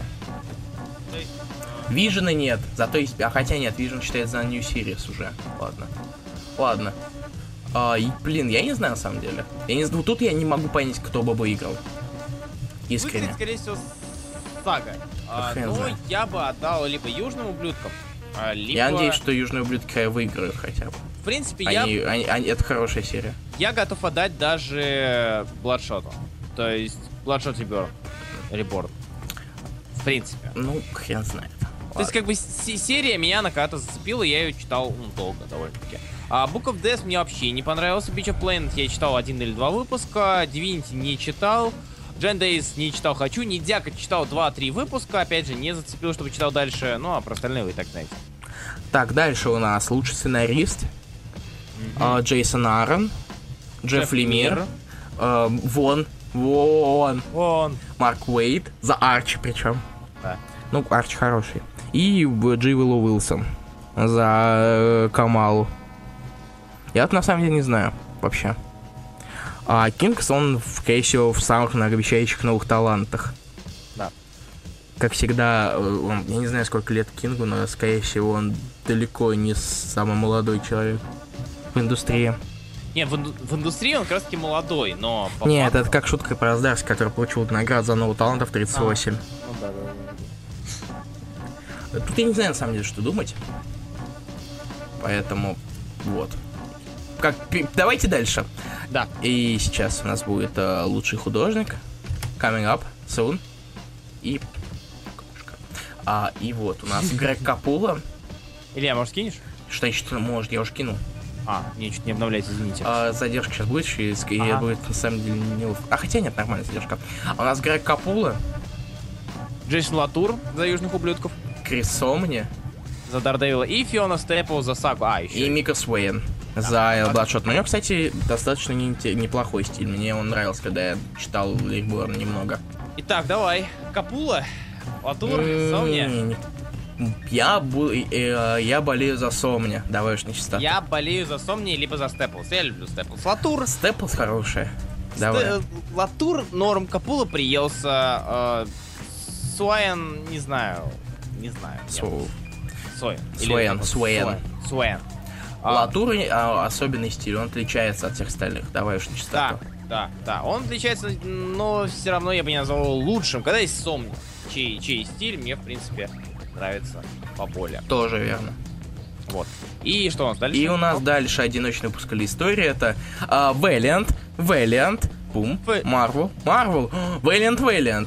То есть, Вижена нет, зато есть... А хотя нет, Vision считается за New Series уже. Ладно. Ладно. А, и, блин, я не знаю на самом деле. Я не знаю, тут я не могу понять, кто бы выиграл. Искренне. выиграет, скорее всего, Сага. А, Хрен но знает. я бы отдал либо Южным ублюдкам, а, либо... Я надеюсь, что Южные ублюдки выиграют хотя бы. В принципе, я, Они, они, они- это хорошая серия. я готов отдать даже Бладшоту. То есть Bloodshot Reborn. Reborn. В принципе. Ну, хрен знает. То есть, как бы, с- серия меня на когда-то зацепила, я ее читал, ну, долго довольно-таки. А Book of Death мне вообще не понравился. Beach of Planet я читал один или два выпуска. Divinity не читал. Giant Days не читал, хочу. Ниндзяка читал два-три выпуска. Опять же, не зацепил, чтобы читал дальше. Ну, а про остальные вы и так знаете. Так, дальше у нас лучший сценарист. а, Джейсон Аарон. Джефф, Джефф Лемир. Лемир. а, Вон. Вон. Он. Марк Уэйд. За Арчи причем. Да. Ну, Арчи хороший. И Джи Уиллоу Уилсон. За э, Камалу. Я на самом деле не знаю вообще. А Кингс, он, скорее всего, в самых многообещающих новых талантах. Да. Как всегда, э, он, я не знаю, сколько лет Кингу, но, скорее всего, он далеко не самый молодой человек в индустрии. Не, в, инду- в индустрии он как раз таки молодой, но... по Не, факту- это как шутка про Раздарс, который получил награду за нового таланта в тридцать восемь. Ну да, да, да. Тут я не знаю, на самом деле, что думать. Поэтому, вот. Как, пи- давайте дальше. Да. И сейчас у нас будет э, лучший художник. Coming up soon. И... А, и вот у нас Грег Капуло. Илья, может, кинешь? Что еще может, я уж кину. А, мне чуть не обновляется, извините. А, задержка сейчас будет, и, и Ага. будет на самом деле не... А хотя нет, нормальная задержка. А у нас Грег Капуло, Джейсон Латур за Южных ублюдков, Крис Сомни за Дардевила и Фиона Степл за Сагу. А, еще. и Мика Суэйн за Bloodshot. Но у него, кстати, достаточно не- неплохой стиль. Мне он нравился, когда я читал Лейборн немного. Итак, давай. Капула, Латур, Сомни. М, Я, бу- э, я болею за Сомни. Давай уж на чистоту. Я болею за Сомни, либо за Степлс. Я люблю Степлс. Латур. Степлс хорошая. Давай. Сте- Латур, норм, Капула приелся. э, Суэн, не знаю. Не знаю. нет. Су- Суэн. Или Суэн, как-то Суэн. Суэн. Суэн. А, Латур а, особенный стиль, он отличается от всех остальных. Давай уж на Да, чистоту. да, да. Он отличается, но все равно я бы не назвал его лучшим. Когда есть Сомни, чей, чей стиль мне, в принципе, нравится поболее. Тоже верно. Вот. И что у нас дальше? И у нас дальше одиночный выпуск или история. Это а, Valiant, Valiant, бум, В- Marvel, Marvel, Valiant, Valiant.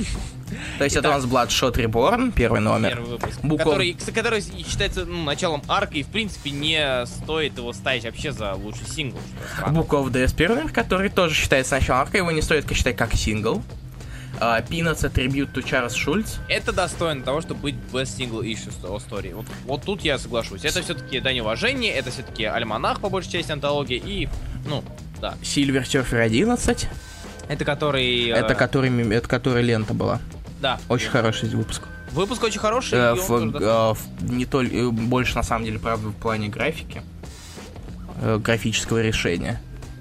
То есть это у нас Bloodshot Reborn, первый номер. Первый выпуск. Буков- Который, кстати, который считается ну, началом арка, и в принципе не стоит его ставить вообще за лучший сингл. что странно. Book of Death первый номер, который тоже считается началом арка, его не стоит считать как сингл. А, Peanuts Tribute to Чарльз Шульц. Это достойно того, чтобы быть best single issue story. Вот, вот тут я соглашусь. Это все-таки дань уважения, это все-таки альманах, по большей части, антология, и, ну, да. Silver Surfer одиннадцать. Это который... э, Это который, ми- это который лента была. Да. Очень хороший выпуск. Выпуск очень хороший. Э, и он в- тоже достойный. э, в- не только э, больше на самом деле, правда, в плане графики, э, графического решения.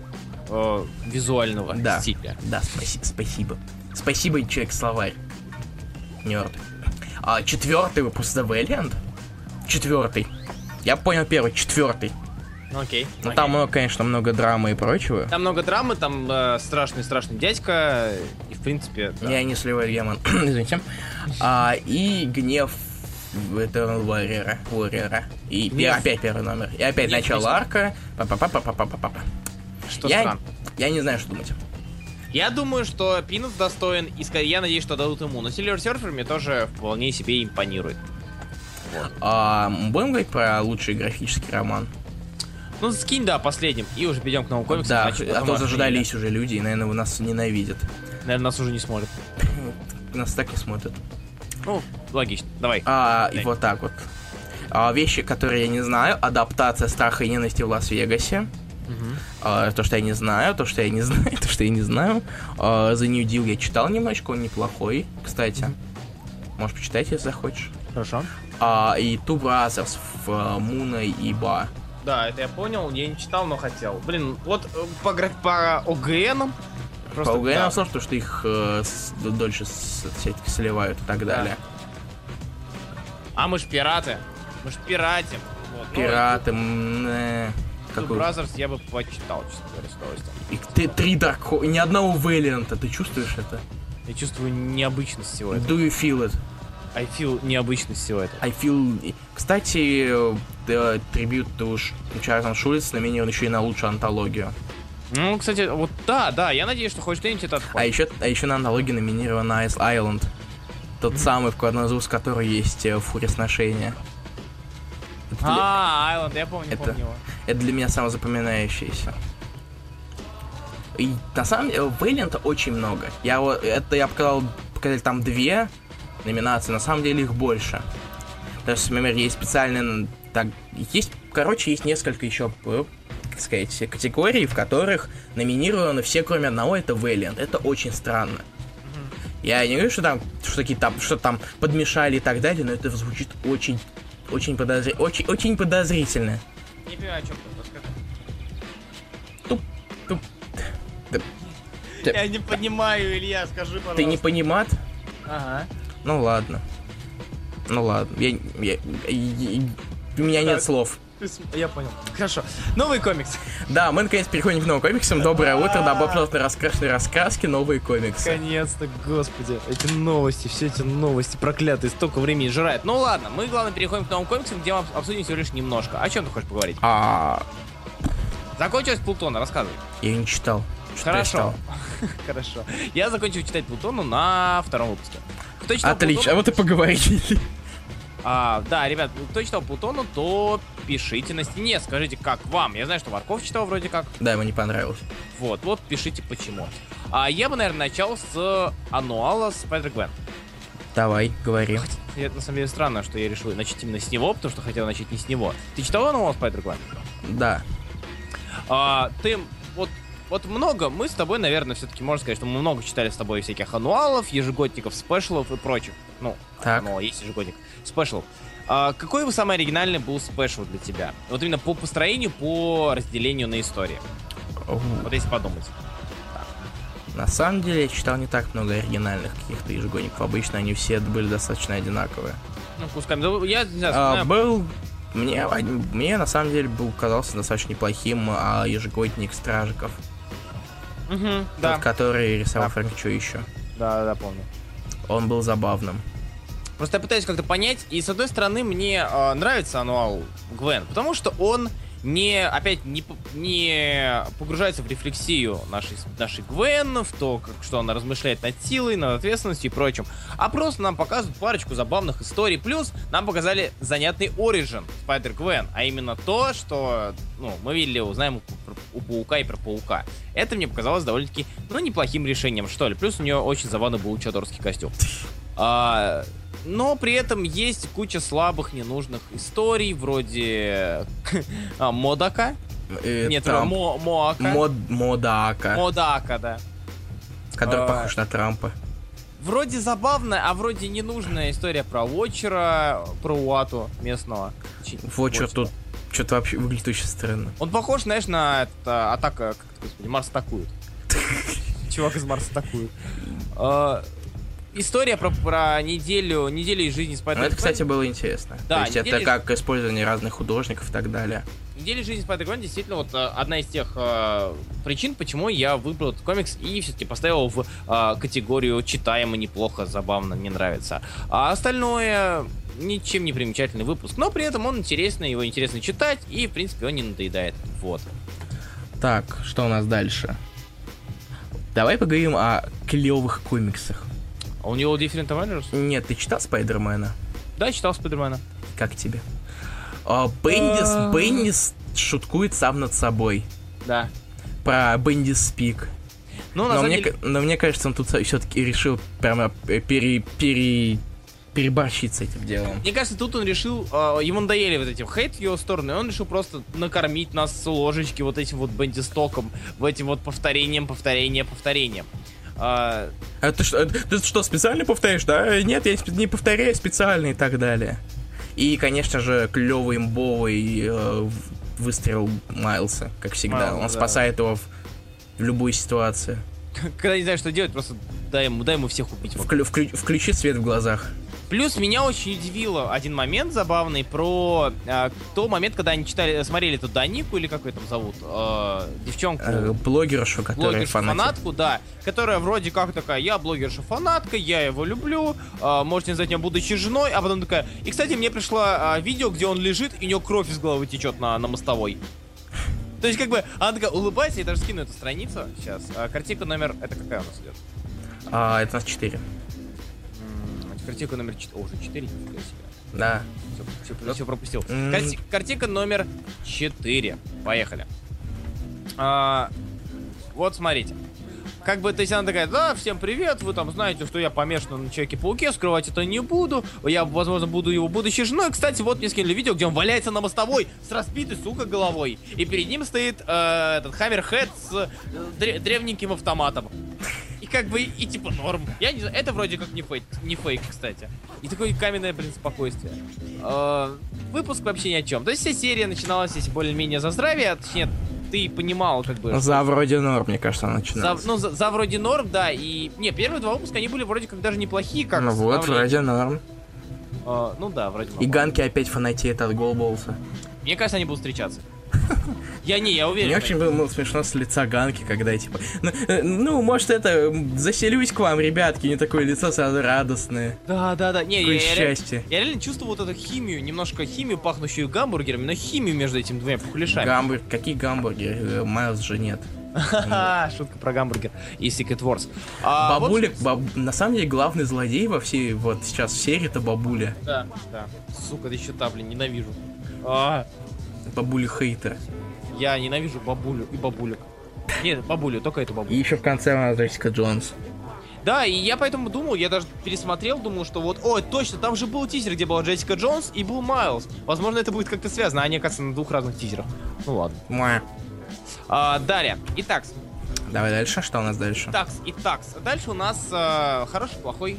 Э, визуального Да. стиля. Да, спаси- спасибо. Спасибо, человек-словарь. Нерд. А четвертый выпуск The Valiant. Четвертый. Я понял первый, четвертый. Ну, окей. Ну окей. там много, конечно, много драмы и прочего. Там много драмы, там э, страшный-страшный дядька, и в принципе... да. Я не сливаю Яман. Извините. А, и гнев этого Warrior. Warrior. И пе- Гнев. опять первый номер. И опять Гнев начало Мистера. арка. Па-па-па-па-па-па-па. Что я, странно. я не знаю, что думать. Я думаю, что Пинус достоин, и ска- я надеюсь, что дадут ему. Но Silver Surfer мне тоже вполне себе импонирует. А, будем говорить про лучший графический роман? Ну, скинь, да, последним, и уже перейдем к новому комиксу. Да, иначе а потом то охренели. заждались уже люди, и, наверное, вы нас ненавидят. Наверное, нас уже не смотрят. Нас так и смотрят. Ну, логично. Давай. А, и Дай. вот так вот. А, вещи, которые я не знаю. Адаптация страха и ненависти в Лас-Вегасе. Мгм. А, то, что я не знаю, то, что я не знаю, то, что я не знаю. А, The New Deal я читал немножко, он неплохой, кстати. Можешь почитать, если захочешь. Хорошо. А, и Two Brothers в а, Муна и Ба. Да, это я понял, я не читал, но хотел. Блин, вот э, по, граф... по ОГНам... По Просто, УГН да. сложно, потому что их э, с- дольше с- все-таки сливают и так далее. А мы ж пираты. Мы ж пиратим. Вот. Ну, Пираты, м, э, Two какой- Brothers я бы почитал, честно говоря, с удовольствием. И ты три Дарко, и ни одного Вэлианта, ты чувствуешь это? Я чувствую необычность всего этого. Do you feel it? I feel необычность всего этого. I feel... Кстати, э, трибют уж Чарльз Шульц номинирован еще и на лучшую антологию. Ну, кстати, вот да, да, я надеюсь, что хоть что-нибудь это А отхватит. еще, а еще на антологии номинирован Ice Island. Тот самый, в одной из уст которой есть э, фурия сношения. Это, для, А, Айленд, я помню, Это- помню его. это для меня самое запоминающееся. И на самом деле Вэлианта очень много. Я вот, это я показал, показали там две номинации, на самом деле их больше. То есть, например, есть специальные... Так, есть, короче, есть несколько еще, э, как сказать, категорий, в которых номинированы все, кроме одного, это Valiant. Это очень странно. Я не говорю, что там, что такие там, что там подмешали и так далее, но это звучит очень, очень, подозри... очень, очень подозрительно. Не понимаю, о чем ты расскажи. Туп, туп. Да. Да. Я не понимаю, Илья, скажи, пожалуйста. Ты не понимат? Ага. Ну ладно. Ну ладно. Я, я- я- я- у меня Так. нет слов. Я понял. Хорошо. Новый комикс. Да, мы наконец переходим к новым комиксам. Доброе утро, добро пожаловать на раскрашенные раскраски, новые комиксы. Наконец-то, господи. Эти новости, все эти новости проклятые, столько времени жрают. Ну ладно, мы, главное, переходим к новым комиксам, где мы обсудим всего лишь немножко. О чем ты хочешь поговорить? А... Закончилась Плутона, рассказывай. Я не читал. Что Хорошо. Хорошо. Я закончил читать Плутону на втором выпуске. Кто читал Отлично, Плутону? а вот и поговорили. А, да, ребят, кто читал Плутону, то пишите на стене, скажите, как вам. Я знаю, что Варков читал вроде как. Да, ему не понравилось. Вот, вот пишите почему. А я бы, наверное, начал с аннуала Spider-Gwen. Давай, говори. Это, на самом деле, странно, что я решил начать именно с него, потому что хотел начать не с него. Ты читал аннуал Spider-Gwen? Да. А, ты, вот, вот много, мы с тобой, наверное, все-таки можно сказать, что мы много читали с тобой всяких аннуалов, ежегодников, спешалов и прочих. Ну, так. аннуал есть ежегодник. Спешл. А, какой бы самый оригинальный был спешл для тебя? Вот именно по построению, по разделению на истории. Оу. Вот если подумать. На самом деле, я читал не так много оригинальных каких-то ежегодников. Обычно они все были достаточно одинаковые. Ну, кусками. Да, я не знаю, А, знаю. был... Мне, мне на самом деле был казался достаточно неплохим а, ежегодник Стражиков. Угу, Да. да. Который рисовал Да. Фрэнк Чо еще. Да, да, помню. Он был забавным. Просто я пытаюсь как-то понять, и с одной стороны мне э, нравится аннуал Гвен, потому что он не, опять, не, п- не погружается в рефлексию нашей, нашей Гвен, в то, как, что она размышляет над силой, над ответственностью и прочим, а просто нам показывают парочку забавных историй, плюс нам показали занятный оригин Spider-Gwen, а именно то, что, ну, мы видели, узнаем у, у Паука и про Паука. Это мне показалось довольно-таки, ну, неплохим решением, что ли, плюс у нее очень забавный был чадорский костюм. А, но при этом есть куча слабых, ненужных историй, вроде а, Модака. Э, Нет, Трамп. Мо, Моака. Мод, Модака, Модака, да. который а, похож на Трампа. Вроде забавная, а вроде ненужная история про Уотчера, про Уату местного. Чи- Вотчер Уотчера. тут что-то вообще выглядит очень странно. Он похож, знаешь, на это, атака, как это, господи, Марс атакует. Чувак из Марса атакует. А, История про, про неделю, неделю из жизни Ну, Спайдера. это, кстати, было интересно. Да, То есть это неделя- как использование разных художников и так далее. Неделя жизни Spider-Gwen действительно вот э, одна из тех э, причин, почему я выбрал этот комикс и все-таки поставил в э, категорию читаемо, неплохо, забавно, мне нравится. А остальное ничем не примечательный выпуск, но при этом он интересный, его интересно читать и, в принципе, он не надоедает. Вот. Так, что у нас дальше? Давай поговорим о клевых комиксах. А у него Different Avengers? Нет, ты читал Спайдермена? Да, читал Спайдермена. Как тебе? А, Бендис, А. Бендис шуткует сам над собой. Да. Про Бендис Спик. Ну, на Но самом мне, деле... ка- но мне кажется, он тут все-таки решил прямо э, пере, пере, переборщить с этим делом. Мне кажется, тут он решил, э, ему надоели вот этим хейт в его сторону, и он решил просто накормить нас с ложечки вот этим вот бендистоком, в этим вот повторением, повторением, повторением. А, А ты что, ты что, специально повторяешь, да? Нет, я не повторяю специально и так далее. И, конечно же, клевый имбовый э, выстрел Майлса, как всегда. Майлз, Он да. спасает его в, в любой ситуации. когда не знаешь, что делать, просто дай ему, дай ему всех убить. Вклю, вклю, включи свет в глазах. Плюс меня очень удивило один момент забавный про э, тот момент, когда они читали, смотрели эту Данику, или как ее там зовут, э, девчонку. Э, блогершу, которая Блогершу фанатит. фанатку, да, которая вроде как такая, я блогерша фанатка, я его люблю, э, можете назвать меня будущей женой, а потом такая, и, кстати, мне пришло э, видео, где он лежит, и у него кровь из головы течет на, на мостовой. То есть, как бы, она такая улыбается, я даже скину эту страницу сейчас. А, картинка номер, это какая у нас идет? А, это у нас четыре. М, Картинка номер четыре, о, уже четыре, нифига себе. Да. Все, все, все пропустил. М. Карти- картинка номер четыре. Поехали. А, вот смотрите. Как бы, то есть она такая, да, всем привет, вы там знаете, что я помешан на Человеке-пауке, скрывать это не буду, я, возможно, буду его будущей женой. Кстати, вот мне скинули видео, где он валяется на мостовой с разбитой, сука, головой, и перед ним стоит э, этот Хаммерхед с э, дре- древненьким автоматом. И как бы, и типа норм. Я не знаю, это вроде как не фейк, не фейк, кстати. И такое каменное, блин, спокойствие. Э, выпуск вообще ни о чем. То есть вся серия начиналась, если более-менее за здравие, точнее, ты понимал, как бы... За вроде норм, мне кажется, она За, начиналась. ну, за, за вроде норм, да, и... Не, первые два выпуска, они были вроде как даже неплохие, как... Ну вот, становление. вроде норм. Э, ну да, вроде И норм. Ганки опять фанатеет от Голболса. Мне кажется, они будут встречаться. Я не, я уверен. Мне очень было смешно с лица Ганки, когда я типа, ну, ну, может это, заселюсь к вам, ребятки, не такое лицо сразу радостное. Да, да, да. Не, Какое я, счастье. Я, я реально чувствую вот эту химию, немножко химию, пахнущую гамбургерами, но химию между этими двумя пухляшами. Гамбургер, какие гамбургеры? Майлз же нет. Ха-ха, шутка про гамбургер и Secret Wars. А, бабуля, общем... баб... на самом деле главный злодей во всей вот сейчас в серии это бабуля. Да, да. Сука, ты еще та, блин, ненавижу. А. Бабуля хейтер. Я ненавижу бабулю и бабулек. Нет, бабулю, только эту бабулю. И еще в конце она Джессика Джонс. Да, и я поэтому думал, я даже пересмотрел, думал, что вот, ой, точно, там же был тизер, где была Джессика Джонс и был Майлз. Возможно, это будет как-то связано, а они, оказывается, на двух разных тизерах. Ну ладно. Муа. А, далее. Итак. Давай дальше, что у нас дальше? Такс и такс. Дальше у нас а, хороший, плохой.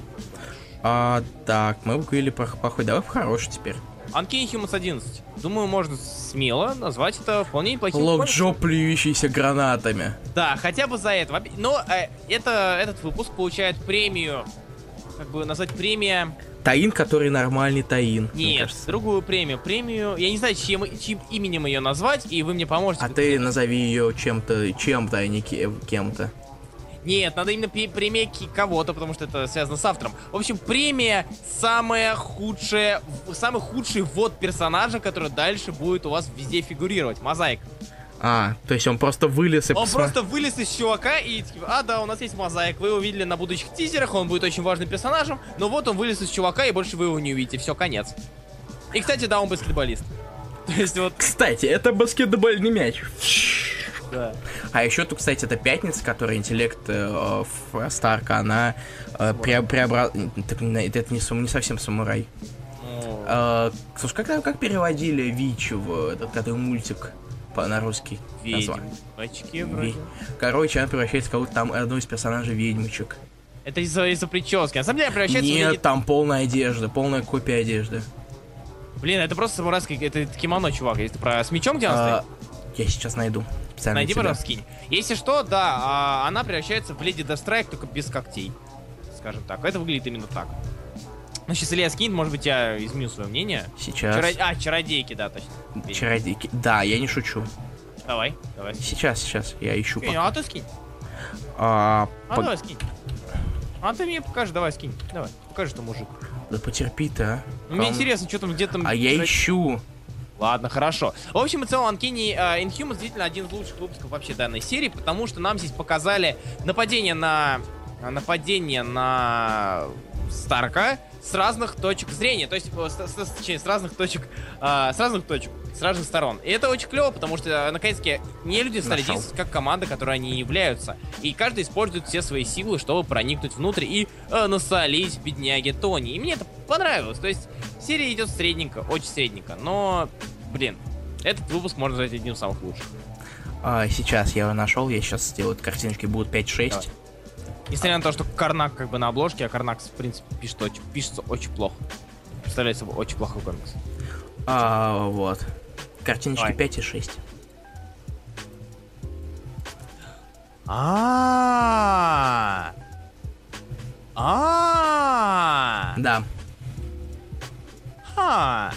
А, так, мы говорили про плохой, давай в хороший теперь. Uncanny Humans одиннадцать. Думаю, можно смело назвать это вполне неплохим. Локджо, плюющийся гранатами. Да, хотя бы за это. Но э, это, этот выпуск получает премию, как бы назвать премия... Таин, который нормальный таин. Нет, другую премию. Премию, я не знаю, чьим, чьим именем ее назвать, и вы мне поможете. А ты назови ее чем-то, чем-то, а не кем-то. Нет, надо именно премия кого-то, потому что это связано с автором. В общем, премия самая худшая, самый худший ввод персонажа, который дальше будет у вас везде фигурировать. Мозаик. А, то есть он просто вылез и Он посмотр... просто вылез из чувака и типа, а да, у нас есть Мозаик, вы его видели на будущих тизерах, он будет очень важным персонажем, но вот он вылез из чувака и больше вы его не увидите, все, конец. И, кстати, да, он баскетболист. То есть вот... Кстати, это баскетбольный мяч. Да. А еще тут, кстати, это пятница, которая интеллект э, Старка, она э, преобраз... Это, это не, сум... не совсем самурай. Э, слушай, как, как переводили Вич в этот, который мультик по, на русский? Ведьмочки вроде. Короче, она превращается в кого-то там, одну из персонажей ведьмочек. Это из-за из прически. На самом деле превращается Нет, в... Нет, там полная одежда, полная копия одежды. Блин, это просто самурайский, это кимоно, чувак. Если ты про с мечом, где он а, стоит? Я сейчас найду. Найди, пожалуйста, скинь. Если что, да, а, она превращается в Леди Дестрайк, только без когтей. Скажем так. Это выглядит именно так. Ну, сейчас Илья скинет, может быть, я изменю свое мнение. Сейчас. Чаро... А, чародейки, да, точно. Чародейки. Да, я не шучу. Давай, давай. Сейчас, сейчас, я ищу. Скинь, а ты скинь. А, а по... давай скинь. А ты мне покажи, давай скинь. Давай, покажи, что мужик. Да потерпи ты, а. Ну, мне интересно, что там, где там... А я ищу. Ладно, хорошо. В общем и целом, Uncanny uh, Inhumans действительно один из лучших выпусков вообще данной серии, потому что нам здесь показали нападение на... Нападение на... Старка с разных точек зрения, то есть с, с, с, с разных точек, э, с разных точек, с разных сторон. И это очень клево, потому что наконец-таки не люди стали Нашел. действовать как команда, которой они являются. И каждый использует все свои силы, чтобы проникнуть внутрь и э, насолить бедняге Тони. И мне это понравилось. То есть серия идет средненько, очень средненько, но, блин, этот выпуск можно назвать одним из самых лучших. А, сейчас я его нашел, я сейчас сделаю картиночки, будут пять-шесть. Несмотря на то, что Карнак как бы на обложке, а Карнак, в принципе, пишет очень, пишется очень плохо. Представляет собой очень плохой комикс. А, вот. Картиночки Давай. пять и шесть. А. А. Да. Ха.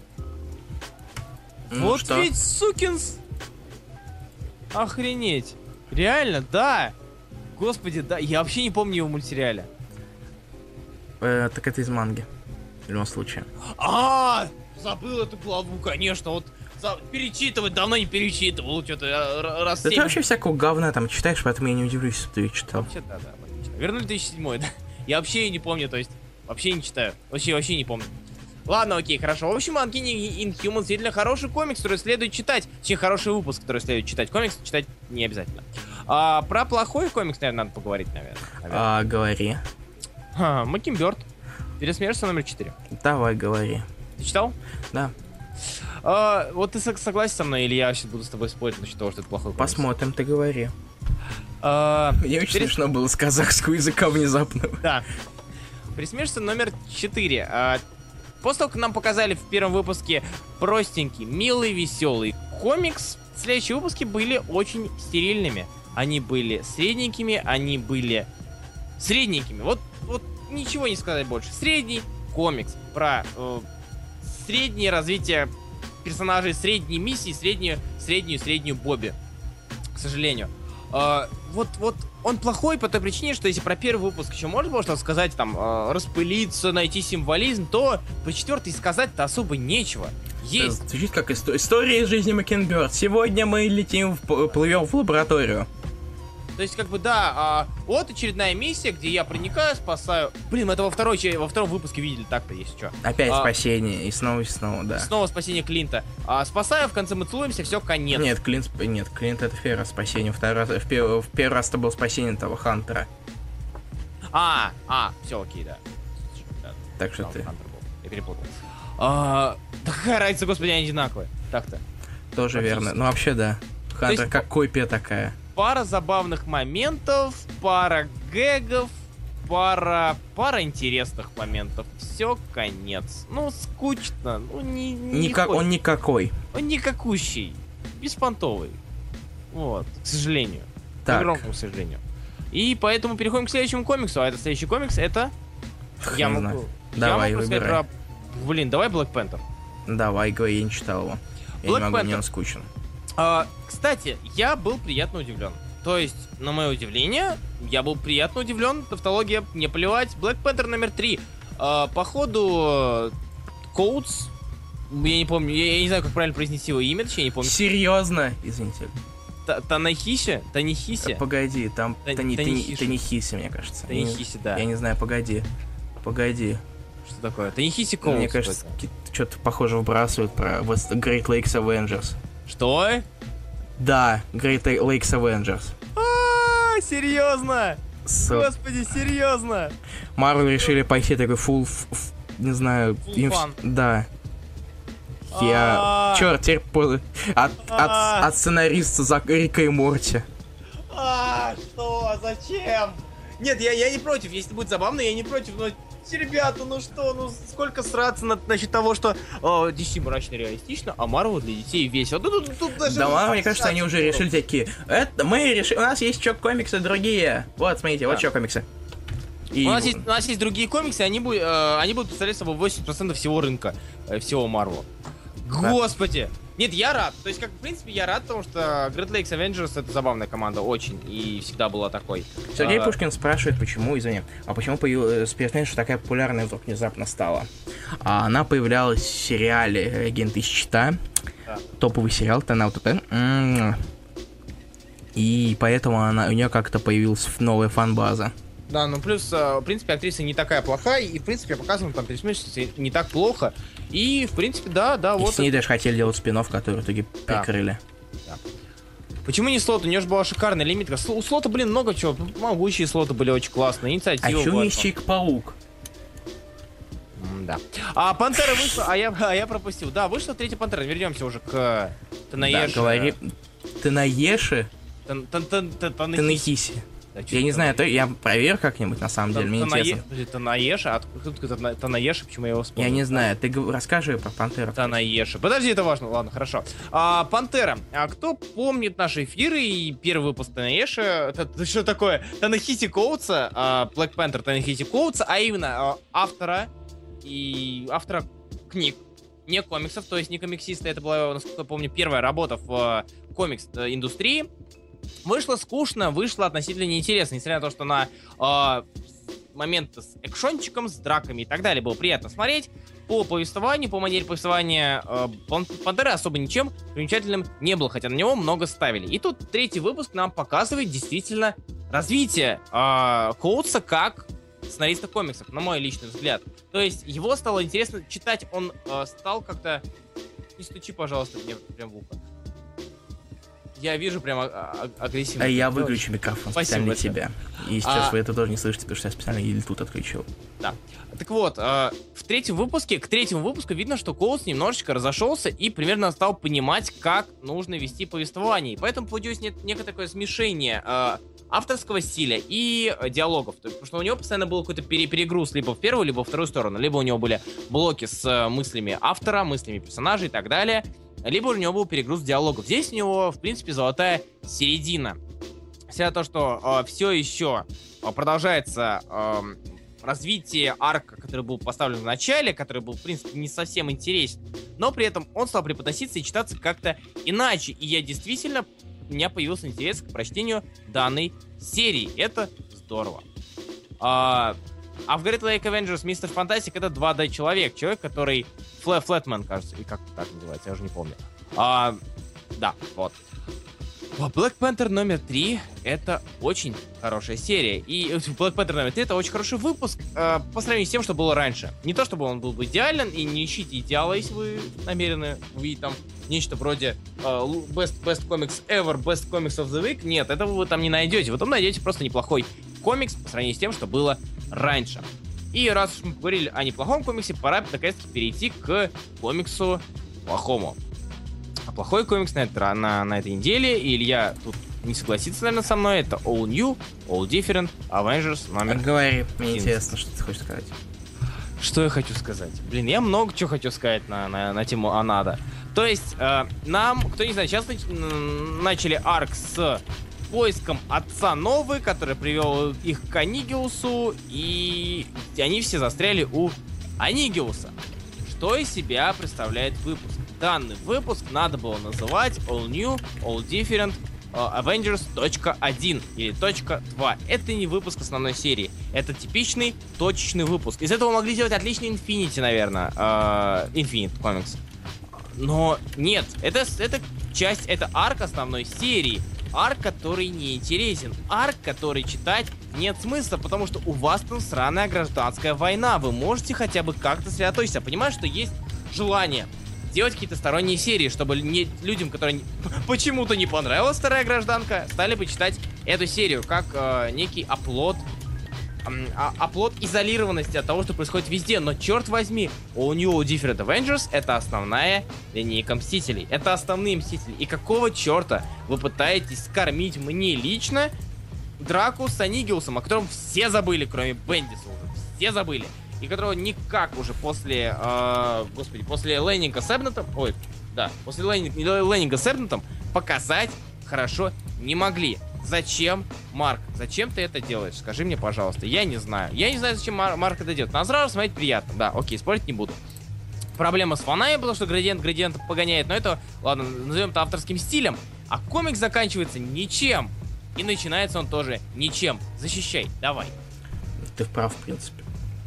Ну Вот что? ведь сукинс. Охренеть. Реально, да. Господи, да. Я вообще не помню его в мультсериале. Э, так это из манги. В любом случае. А, забыл эту главу, конечно. Вот за... перечитывать давно не перечитывал. Что-то раз Да семь. ты вообще всякого говна там читаешь, поэтому я не удивлюсь, что ты ее читал. Вообще, да, да, отлично. Вернули две тысячи седьмой, да. Я вообще не помню, то есть вообще не читаю. Вообще, вообще не помню. Ладно, окей, хорошо. В общем, Uncanny Inhumans действительно хороший комикс, который следует читать. Точнее, хороший выпуск, который следует читать. Комикс читать не обязательно. А, про плохой комикс, наверное, надо поговорить, наверное. наверное. А, говори. А, Маккинберт. Пересмешится номер четыре. Давай, говори. Ты читал? Да. А, вот ты согласен со мной, или я сейчас буду с тобой спорить насчет того, что это плохой комикс? Посмотрим, ты говори. А, Мне очень перес... смешно было с казахского языка внезапно. Да. Пересмешится номер четыре. А, после того, как нам показали в первом выпуске простенький, милый, веселый комикс, следующие выпуски были очень стерильными. Они были средненькими, они были средненькими. Вот, вот ничего не сказать больше. Средний комикс про э, среднее развитие персонажей средней миссии, среднюю, среднюю, среднюю Бобби. К сожалению. Uh, вот, вот он плохой по той причине, что если про первый выпуск еще можно было что-то сказать, там, uh, распылиться, найти символизм, то по четвертый сказать-то особо нечего. Есть. Это звучит как исто- история из жизни Маккенберт. Сегодня мы летим, в, плывем в лабораторию. То есть, как бы, да, а, вот очередная миссия, где я проникаю, спасаю... Блин, мы это во, второй, во втором выпуске видели, так-то есть что. Опять а, спасение, и снова и снова, да. Снова спасение Клинта. А, спасаю, в конце мы целуемся, все, конец. Нет, Клинт, нет, Клинт это первый раз спасение, второй раз, в, первый, в первый раз это было спасение того Хантера. А, а, все, окей, да. да так что ты... Хантер был. Я перепутал. А, да какая разница, господи, они одинаковые. Так-то. Тоже верно. Ну, вообще, да. Хантер есть... как копия такая. Пара забавных моментов, пара гэгов, пара, пара интересных моментов. Все, конец. Ну, скучно. Ну, не, не Никак, он никакой. Он никакущий. Беспонтовый. Вот, к сожалению. Так. К огромному сожалению. И поэтому переходим к следующему комиксу. А это следующий комикс, это... Х, я не могу... знаю. Я Давай, могу выбирай. сказать про... Блин, давай Black Panther. Давай, говори, я не читал его. Я Black не могу, Panther. мне он скучен. А, кстати, я был приятно удивлен. То есть, на мое удивление, я был приятно удивлен. Тавтология, не плевать. Black Panther номер три. А, походу, Коутс, я не помню, я, я не знаю, как правильно произнести его имя, точнее, я не помню. Серьезно? Извините. Та- Танахиси? Танихиси? Э, Погоди, там Та- Тани- Тани- Танихиши. Танихиси, мне кажется. Я не- Танихиси, да. Я не знаю, погоди. Погоди. Что такое? Танихиси Коутс. Мне кажется, что-то похоже вбрасывают про West- Great Lakes Avengers. Что? Да, Great Lakes Avengers. А, серьезно? С... Господи, серьезно? Марвел решили пойти такой full, ф- ф- не знаю, Full им... fun. Да. Я... А. Черт, теперь по- от, А. от, от сценариста за Рика и Морти. А, что? Зачем? Нет, я, я не против, если будет забавно, я не против, но... Ребята, ну что, ну сколько сраться на, насчет того, что э, ди си мрачно реалистично, а Marvel для детей весело. Да, тут, тут даже Да ладно, мне кажется, они уже решили такие. Это мы решили. У нас есть еще комиксы другие. Вот, смотрите, вот Да. еще комиксы. И... У нас, есть, у нас есть другие комиксы, они, бу- э, они будут представлять собой восемьдесят процентов всего рынка, э, всего Marvel. Господи! Нет, я рад. То есть, как, в принципе, я рад, потому что Great Lakes Avengers — это забавная команда, очень, и всегда была такой. Сергей А, Пушкин спрашивает, почему, извини, а почему появилась Спиртмен, такая популярная вдруг внезапно стала? А она появлялась в сериале «Агенты щита», Да. топовый сериал, она вот это. М-м-м. И поэтому она, у нее как-то появилась новая фан-база. Да, ну плюс, э, в принципе, актриса не такая плохая, и, в принципе, показано там пересмешивается не так плохо. И, в принципе, да, да, И вот... с ней даже хотели делать спин-офф, который в итоге Да. прикрыли. Почему не слот? У нее же была шикарная лимитка. Сло- У слота, блин, много чего. Могучие слоты были очень классные. А Инициатива еще была. есть Человек-паук. Да. А Пантера вышла, а я, а я пропустил. Да, вышла третья Пантера. Вернемся уже к Танаеши. Да, говори. Ты наеши? Тан- тан- тан- тан- Ты Танахи- нахиси. Да, чё Я не ты знаю, то я проверю как-нибудь, на самом деле, мне Танае- интересно. Подожди, Танаеша? Откуда Тана- Танаеши? Почему я его вспомнил? Я не знаю, ты г- расскажи про Пантеру. Танаеши. Подожди, это важно. Ладно, хорошо. А, Пантера. А кто помнит наши эфиры и первый выпуск Танаеши? Это, это что такое? Танахиси Коутса, а, Black Panther Танахиси Коутса, а именно а, автора и автора книг. Не комиксов, то есть не комиксиста. Это была, насколько я помню, первая работа в а, комикс-индустрии. Вышло скучно, вышло относительно неинтересно, несмотря на то, что на э, моменты с экшончиком, с драками и так далее было приятно смотреть. По повествованию, по модели повествования э, Пан- Пантеры особо ничем примечательным не было, хотя на него много ставили. И тут третий выпуск нам показывает действительно развитие э, Коутса как сценариста комиксов, на мой личный взгляд. То есть его стало интересно читать, он э, стал как-то... Не стучи, пожалуйста, мне прям в ухо. Я вижу прям а- а- агрессивно. А я выключу микрофон Спасибо специально для большое. тебя. И сейчас А- вы это тоже не слышите, потому что я специально или тут отключил. Да. Так вот, э, в третьем выпуске, к третьему выпуску видно, что Коутс немножечко разошелся и примерно стал понимать, как нужно вести повествование. И поэтому получилось не- некое такое смешение э, авторского стиля и э, диалогов. То есть, потому что у него постоянно был какой-то пере- перегруз либо в первую, либо во вторую сторону. Либо у него были блоки с э, мыслями автора, мыслями персонажей и так далее. Либо у него был перегруз диалогов. Здесь у него, в принципе, золотая середина. Вся то, что э, все еще э, продолжается... э, развитие арка, который был поставлен в начале, который был, в принципе, не совсем интересен, но при этом он стал преподноситься и читаться как-то иначе. И я действительно, у меня появился интерес к прочтению данной серии. Это здорово. А, а в Great Lake Avengers мистер Фантастик это два дэ человек. Человек, который... Флэ, Флэтмен, кажется, или как так называется, я уже не помню. А, да, вот. Black Panther номер три это очень хорошая серия. И Black Panther номер три это очень хороший выпуск э, по сравнению с тем, что было раньше. Не то, чтобы он был бы идеален, и не ищите идеала, если вы намерены увидеть там нечто вроде э, best, best Comics Ever, Best Comics of the Week. Нет, этого вы там не найдете. Вы там найдете просто неплохой комикс по сравнению с тем, что было раньше. И раз уж мы поговорили о неплохом комиксе, пора наконец-таки перейти к комиксу плохому. А плохой комикс на, это, на, на этой неделе, и Илья тут не согласится, наверное, со мной, это All New, All Different, Avengers номер... Говори, мне интересно, что ты хочешь сказать. Что я хочу сказать? Блин, я много чего хочу сказать на, на, на тему Анада. То есть, э, нам, кто не знает, сейчас начали арк с поиском отца Новы, который привел их к Анигиусу, и они все застряли у Анигиуса. Что из себя представляет выпуск? Данный выпуск надо было называть All New, All Different uh, Avengers точка один или точка два. Это не выпуск основной серии. Это типичный точечный выпуск. Из этого могли сделать отличный Infinity, наверное. Uh, Infinite Comics. Но нет, это, это часть, это арк основной серии. Арк, который не интересен. Арк, который читать нет смысла, потому что у вас там сраная гражданская война. Вы можете хотя бы как-то сосредоточиться. Понимаешь, что есть желание делать какие-то сторонние серии, чтобы не, людям, которые не, почему-то не понравилась вторая гражданка, стали бы читать эту серию как э, некий оплот, э, оплот изолированности от того, что происходит везде. Но черт возьми, у New Different Avengers это основная линейка Мстителей. Это основные Мстители. И какого черта вы пытаетесь скормить мне лично драку с Анигиусом, о котором все забыли, кроме Бендиса уже. Все забыли. И которого никак уже после, э, господи, после Лэннинга с Эбнетом, ой, да, после Лэннинга, Лэннинга с Эбнетом показать хорошо не могли. Зачем, Марк? Зачем ты это делаешь? Скажи мне, пожалуйста. Я не знаю. Я не знаю, зачем Мар- Марк это делает. На сразу смотреть приятно. Да, окей, спорить не буду. Проблема с фонами была, что градиент градиент погоняет, но это, ладно, назовем это авторским стилем. А комикс заканчивается ничем. И начинается он тоже ничем. Защищай, давай. Ты прав, в принципе.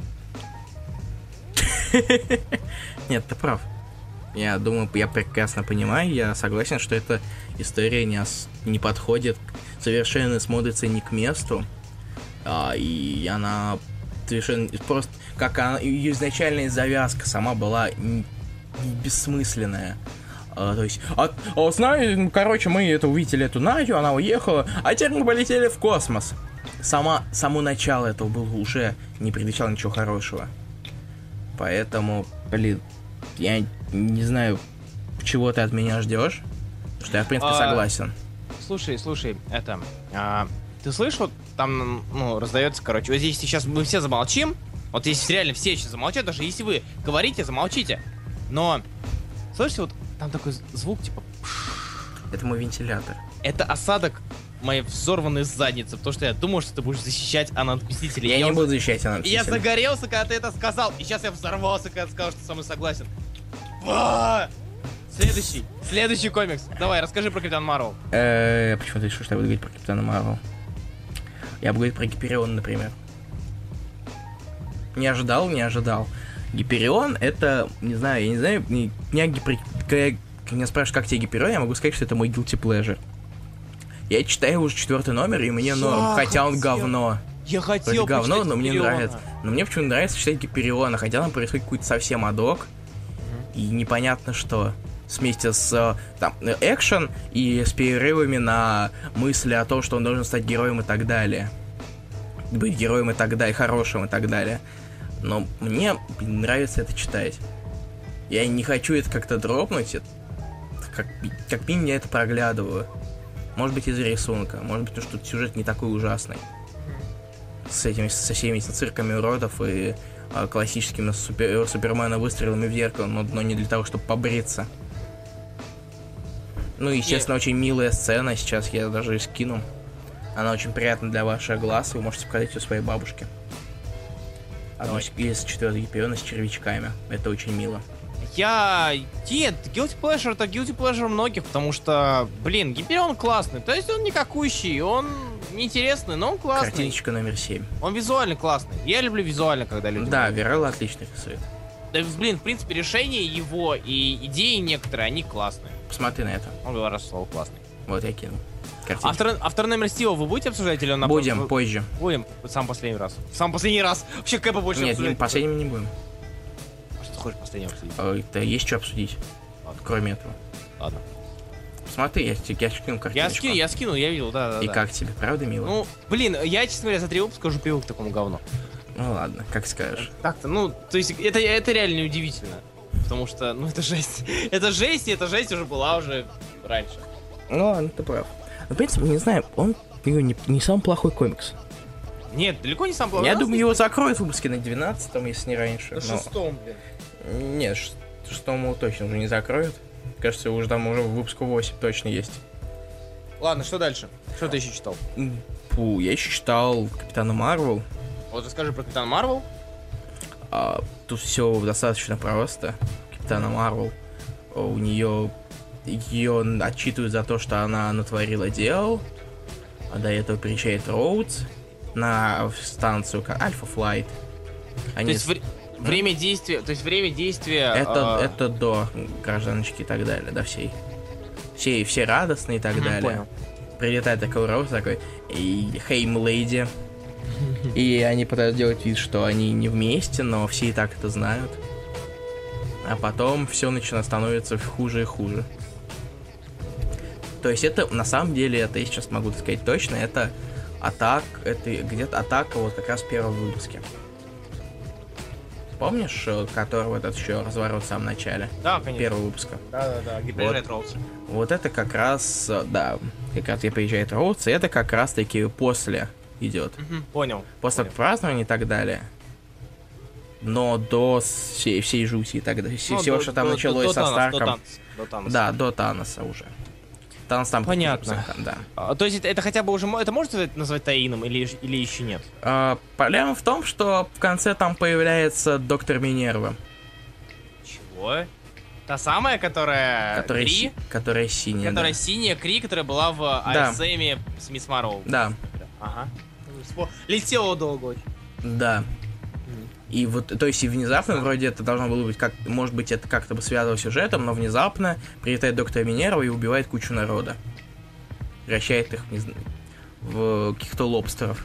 Нет, ты прав. Я думаю, я прекрасно понимаю, я согласен, что эта история не, ос- не подходит, совершенно смотрится не к месту, а, и она совершенно просто, как она, ее изначальная завязка сама была н- бессмысленная. А, то есть, а, а, знаешь, ну, короче, мы это увидели эту Надю, она уехала, а теперь мы полетели в космос. Сама, само начало этого было уже не предвещало ничего хорошего. Поэтому, блин, я не знаю, чего ты от меня ждешь, что я, в принципе, согласен. А, слушай, слушай, это... А, ты слышишь, вот там, ну, раздается, короче, вот здесь сейчас мы все замолчим, вот если реально все сейчас замолчат, даже если вы говорите, замолчите, но, слышите, вот там такой звук, типа... Это мой вентилятор. Это осадок моей взорванной задницы, потому что я думал, что ты будешь защищать Ананд Мстителей. Я, я не уже... буду защищать Ананд Мстителей. И я загорелся, когда ты это сказал, и сейчас я взорвался, когда ты сказал, что ты со мной согласен. Ба! Следующий, следующий комикс. Давай, расскажи про Капитан Марвел. Э, почему ты решил, что я буду говорить про Капитана Марвел? Я буду говорить про Гиперион, например. Не ожидал, не ожидал. Гиперион это, не знаю, я не знаю, не, не гипер... Когда меня спрашивают, как тебе Гиперион, я могу сказать, что это мой guilty pleasure. Я читаю уже четвертый номер, и мне норм, хотя он говно. Я хотел Вроде говно, но мне Гипериона. нравится. Но мне почему-то нравится читать Гипериона, хотя там происходит какой-то совсем адок. Mm-hmm. И непонятно что. Вместе с там, экшен и с перерывами на мысли о том, что он должен стать героем и так далее. Быть героем и так далее, хорошим и так далее. Но мне нравится это читать. Я не хочу это как-то дропнуть. Это, как, как минимум я это проглядываю. Может быть из-за рисунка, может быть потому что сюжет не такой ужасный. С этими, со всеми цирками уродов и а, классическими супер, Супермена выстрелами в зеркало, но, но не для того, чтобы побриться. Ну, естественно, yeah. очень милая сцена, сейчас я даже и скину. Она очень приятна для ваших глаз, вы можете показать ее своей бабушке. Одну из четвертого Гипериона с червячками. Это очень мило. Я... Нет, Guilty Pleasure это Guilty Pleasure многих, потому что, блин, Гиперион классный. То есть он никакущий, он неинтересный, но он классный. Картиночка номер семь. Он визуально классный. Я люблю визуально, когда люди... Да, Вирелла отлично рисует. Да, блин, в принципе, решения его и идеи некоторые, они классные. Посмотри на это. Он говорил, раз слово классный. Вот я кинул. А второй, а второй номер Стива вы будете обсуждать или он на... Будем, вы... позже. Будем, сам последний раз. Сам последний раз. Вообще Кэпа больше Нет, обсуждать. Нет, последним не будем. А что ты хочешь последним обсудить? А, это есть что обсудить. Ладно. Кроме этого. Ладно. Смотри, я, я скинул картиночку. Я скинул, я скинул, я видел, да, да. И да. как тебе, правда мило? Ну, блин, я, честно говоря, за три выпуска уже привык к такому говну. Ну ладно, как скажешь. Так-то, ну, то есть, это, это реально неудивительно. Потому что, ну, это жесть. Это жесть, и эта жесть уже была уже раньше. Ну ладно, ты прав. Ну, в принципе, не знаю, он не, не самый плохой комикс. Нет, далеко не сам плохой. Я думаю, его закроют в выпуске на двенадцатом, если не раньше. На шестом, блин. Нет, шестому точно уже не закроют. Кажется, уже там уже в выпуску восемь точно есть. Ладно, что дальше? Что ты еще читал? Фу, я еще читал Капитана Марвел. Вот расскажи про Капитана Марвел. А, тут все достаточно просто. Капитана Марвел. У нее ее отчитывают за то, что она натворила дел. А до этого приезжает Роудс на станцию Альфа Флайт. Они... То есть вре- время действия, то есть время действия. Это, э... это до гражданочки и так далее, до всей. Все, все радостные и так далее. Понял. Прилетает такой Роудс такой, и хей, млэйди. И они пытаются делать вид, что они не вместе, но все и так это знают. А потом все начинает становиться хуже и хуже. То есть это, на самом деле, это я сейчас могу сказать точно, это атак, это где-то атака вот как раз в первом выпуске. Помнишь, который вот этот еще разворот в самом начале? Да, конечно. Первого выпуска. Да-да-да, где приезжает Роудс. Вот это как раз, да, как раз где приезжает Роудс, и это как раз таки после идет. Угу, понял. После понял. празднования и так далее. Но до всей, всей жути и так далее. Ну, всего, до, что там до, началось до, со Танос, Старком. До Танос, до Таноса. Да, до Таноса уже. Танос там... Понятно. Да. А, то есть это, это хотя бы уже... Это можно назвать таином или, или еще нет? А, проблема в том, что в конце там появляется доктор Минерва. Чего? Та самая, которая... Которая, Кри? си... которая синяя, Которая да. синяя Кри, которая была в эй эс эм с Мисс Марвел. Да. Ага. Летело долго очень. Да. И вот, то есть, и внезапно, вроде это должно было быть как, может быть, это как-то бы связано с сюжетом, но внезапно прилетает доктор Минерва и убивает кучу народа. Превращает их, не знаю, в каких-то лобстеров.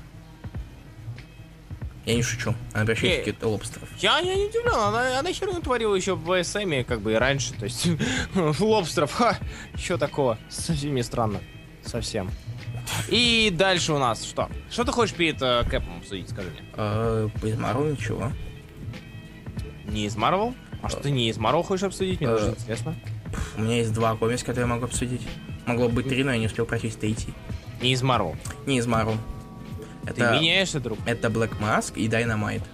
Я не шучу, она превращает в каких-то лобстеров. Я, я не удивлен, она, она херню творила еще в эй эс эм, как бы и раньше, то есть, лобстеров, ха, что такого, совсем не странно, совсем. И дальше у нас что? Что ты хочешь перед э, Кэпом обсудить, скажи мне? А, из Марвел ничего. Не из Марвел? А, а что ты не из Марвел хочешь обсудить? Мне а, даже интересно. У меня есть два комикса, которые я могу обсудить. Могло быть три, но я не успел прочесть третий. Не из Марвел? Не из Марвел. Ты это, меняешься, друг? Это Black Mask и Dynamite.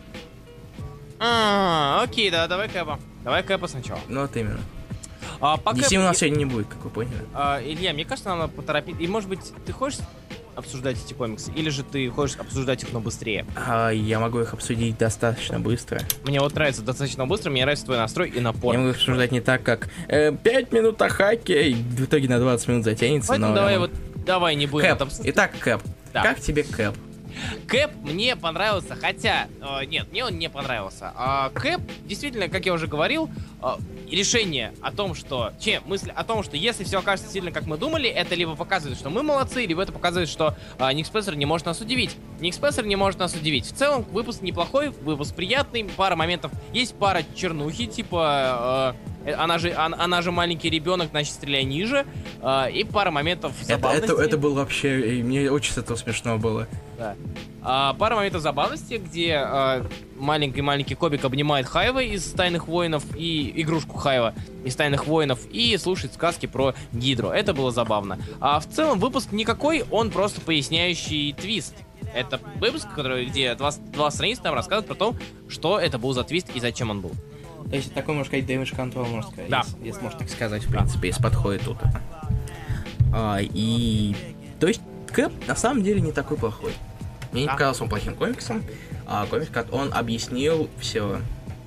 А, окей, да, давай Кэпа. Давай Кэпа сначала. Ну вот именно. А, пока... Десяти у нас сегодня не будет, как вы поняли. А, Илья, мне кажется, нам надо поторопить. И, может быть, ты хочешь обсуждать эти комиксы? Или же ты хочешь обсуждать их, но быстрее? А, я могу их обсудить достаточно быстро. Мне вот нравится достаточно быстро, мне нравится твой настрой и напор. Я могу их обсуждать не так, как э, пять минут о хаке, и в итоге на двадцать минут затянется. Поэтому но давай я... вот, давай не будем... Кэп. Там... Итак, Кэп. Да. Как тебе Кэп? Кэп мне понравился, хотя... Э, нет, мне он не понравился. А Кэп, действительно, как я уже говорил, э, решение о том, что... Че, мысль о том, что если все окажется сильно, как мы думали, это либо показывает, что мы молодцы, либо это показывает, что э, Ник Спенсер не может нас удивить. Ник Спенсер не может нас удивить. В целом, выпуск неплохой, выпуск приятный, пара моментов. Есть пара чернухи, типа... Э, Она же, она, она же маленький ребенок, значит, стреляй ниже. Э, и пара моментов забавности. Это, это, это было вообще... Мне очень с этого смешно было. Да. А, пара моментов забавности, где а, маленький-маленький Кобик обнимает Хайва из Тайных Воинов и игрушку Хайва из Тайных Воинов и слушает сказки про Гидру. Это было забавно. А в целом выпуск никакой, он просто поясняющий твист. Это выпуск, который, где два, два страницы там рассказывают про то, что это был за твист и зачем он был. То есть такой, можно сказать, damage control, можно сказать. Да. Если, если можно так сказать, в принципе, если подходит тут. А, и... То есть Кэп на самом деле не такой плохой. Мне не Да. показался он плохим комиксом. А комикс, как он объяснил все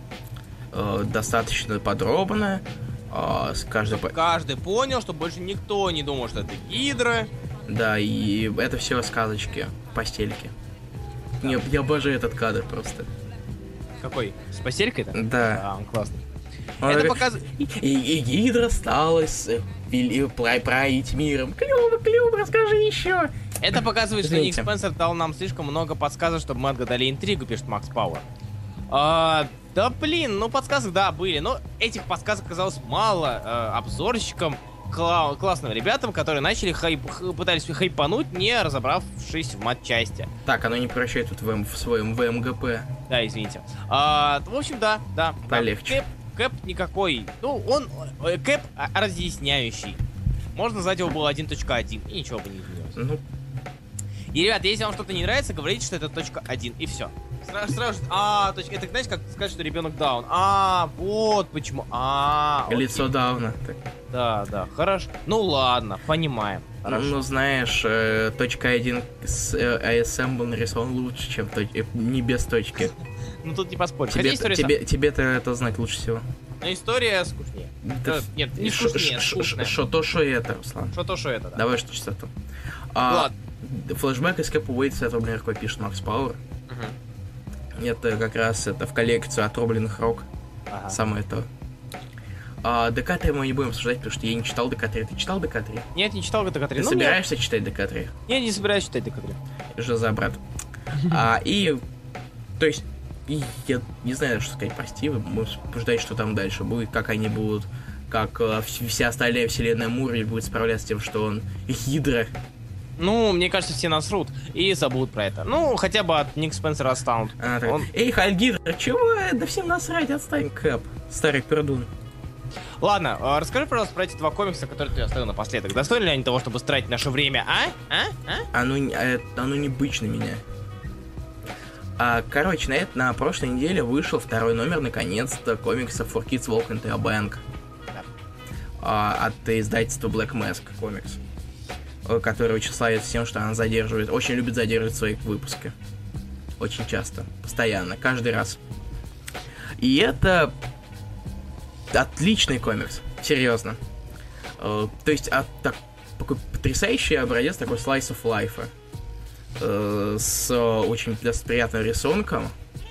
э, достаточно подробно. Э, с каждой... по- Каждый понял, что больше никто не думал, что это Гидра. Да, и это все сказочки, постельки. Не, я обожаю этот кадр просто. Какой? С постелькой-то? Да. Да, он классный. Он Это такой, показывает... И, и- и Гидра стала с, э, вели- пра- править миром. Клево, клево, расскажи еще. Это показывает, что Ник Извините. Спенсер дал нам слишком много подсказок, чтобы мы отгадали интригу, пишет Макс Пауэр. А, да блин, ну подсказок, да, были, но этих подсказок оказалось мало э, обзорщикам, кла- классным ребятам, которые начали хайп, х- пытались хайпануть, не разобравшись в матчасти. Так, оно не превращает тут в, М- в своем В М Г П. Да, извините. А, в общем, да, да. да. Полегче. Кэп, Кэп никакой, ну, он э, Кэп а, разъясняющий. Можно назвать его был один точка один, и ничего бы не изменилось. Ну, И, ребят, если вам что-то не нравится, говорите, что это точка один, и все. Сразу, сразу же, а, точка, это, знаете, как сказать, что ребенок даун. А, вот почему, а, окей. лицо давно. Так. Да, да, хорошо. Ну ладно, понимаем. Хорошо. Ну, знаешь, э, точка один с э, А С М был нарисован лучше, чем точ- э, не без точки. Ну тут не поспоришь. Хотя Тебе, история... тебе, тебе-то это знать лучше всего. сам- Но история скучнее. Да, Э, Нет, не ш- скучнее, ш- ш- скучная. Что то, что это, Руслан. Что то, что это, да. Давай что частоту. А, Ладно. флешбэк из Кэпа Уэйтса от рубля рукой пишет Макс Пауэр. Мгм. Это как раз это в коллекцию отрубленных рок. Ага. Самое то. А, Д К три мы не будем обсуждать, потому что я не читал Д К три. Ты читал Д К три? Нет, не читал ДК три. Ты Ну, собираешься читать Д К три? Я не собираюсь читать ДК три. Жиза, брат. А, и, то есть, и я не знаю, что сказать, прости, вы можете ждать, что там дальше будет, как они будут, как э, вс- вся остальная вселенная Мурри будет справляться с тем, что он Гидра. Ну, мне кажется, все насрут и забудут про это. Ну, хотя бы от Ник Спенсера отстанут. Она такая, Он- эй, Халь Гидра, чего? Да всем насрать, отстань, Кэп. Старый пердун. Ладно, а, расскажи, пожалуйста, про эти два комикса, которые ты оставил напоследок. Достойны ли они того, чтобы тратить наше время, а? А? А? Оно, не- э, оно не бычь на меня. А, короче, на, это, на прошлой неделе вышел второй номер, наконец-то, комикса For Kids Walk into a Bank. Да. А, от издательства Black Mask комикс. э, Который очень славится тем, что она задерживает, очень любит задерживать свои выпуски. Очень часто, постоянно, каждый раз. И это отличный комикс, серьезно. Э, То есть, от, так, такой потрясающий образец, такой slice of life. э, С очень даст приятным рисунком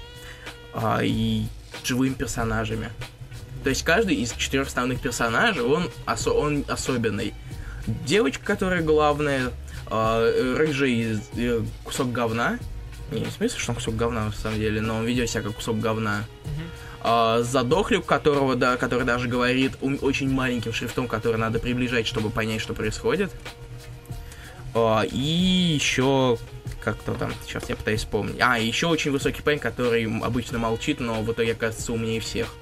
а, и живыми персонажами. То есть каждый из четырех основных персонажей, он, осо- он особенный. Девочка, которая главная, э, рыжий э, кусок говна. Не, не в смысле, что он кусок говна на самом деле, но он ведет себя как кусок говна. А, задохлик, которого, да, который даже говорит ум- очень маленьким шрифтом, который надо приближать, чтобы понять, что происходит. А, и еще как-то там, сейчас я пытаюсь вспомнить. А, еще очень высокий парень, который обычно молчит, но в итоге оказывается умнее всех.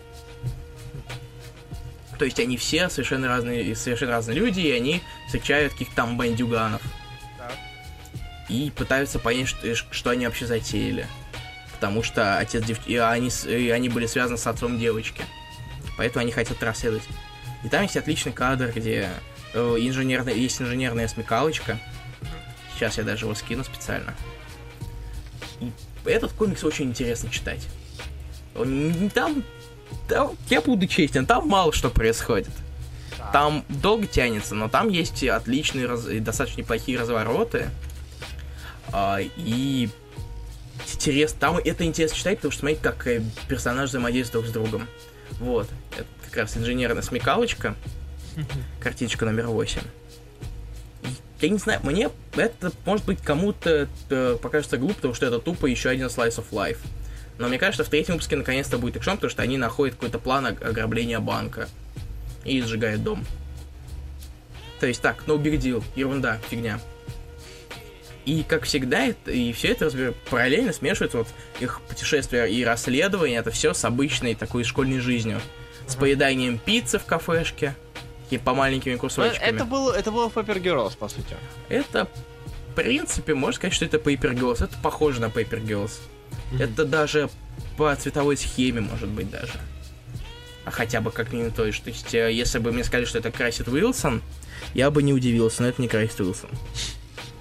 То есть они все совершенно разные, совершенно разные люди, и они встречают каких-то там бандюганов. Так. И пытаются понять, что, что они вообще затеяли. Потому что отец дев... и они, с- и они были связаны с отцом девочки. Поэтому они хотят расследовать. И там есть отличный кадр, где э, инженерная... есть инженерная смекалочка. Сейчас я даже его скину специально. И этот комикс очень интересно читать. Он- Там, там, я буду честен, там мало что происходит. Так. Там долго тянется, но там есть и отличные, раз- и достаточно неплохие развороты. А, и интересно, там это интересно читать, потому что смотреть, как э, персонажи взаимодействуют друг с другом. Вот. Это как раз инженерная смекалочка. Картиночка номер восемь. Я не знаю, мне это, может быть, кому-то э, покажется глупо, потому что это тупо еще один slice of life. Но мне кажется, в третьем выпуске наконец-то будет экшон, потому что они находят какой-то план ог- ограбления банка. И сжигают дом. То есть так, no big deal, ерунда, фигня. И, как всегда, это, и все это разбер... параллельно смешивается, вот их путешествия и расследования, это все с обычной такой школьной жизнью. С поеданием пиццы в кафешке, и по маленькими Ну, кусочками. Это было, это было Paper Girls, по сути. Это, в принципе, можно сказать, что это Paper Girls. Это похоже на Paper Girls. Это даже по цветовой схеме, может быть, даже. А хотя бы как минимум то есть. То есть, э, если бы мне сказали, что это Красит Уилсон, я бы не удивился, но это не Красит Уилсон.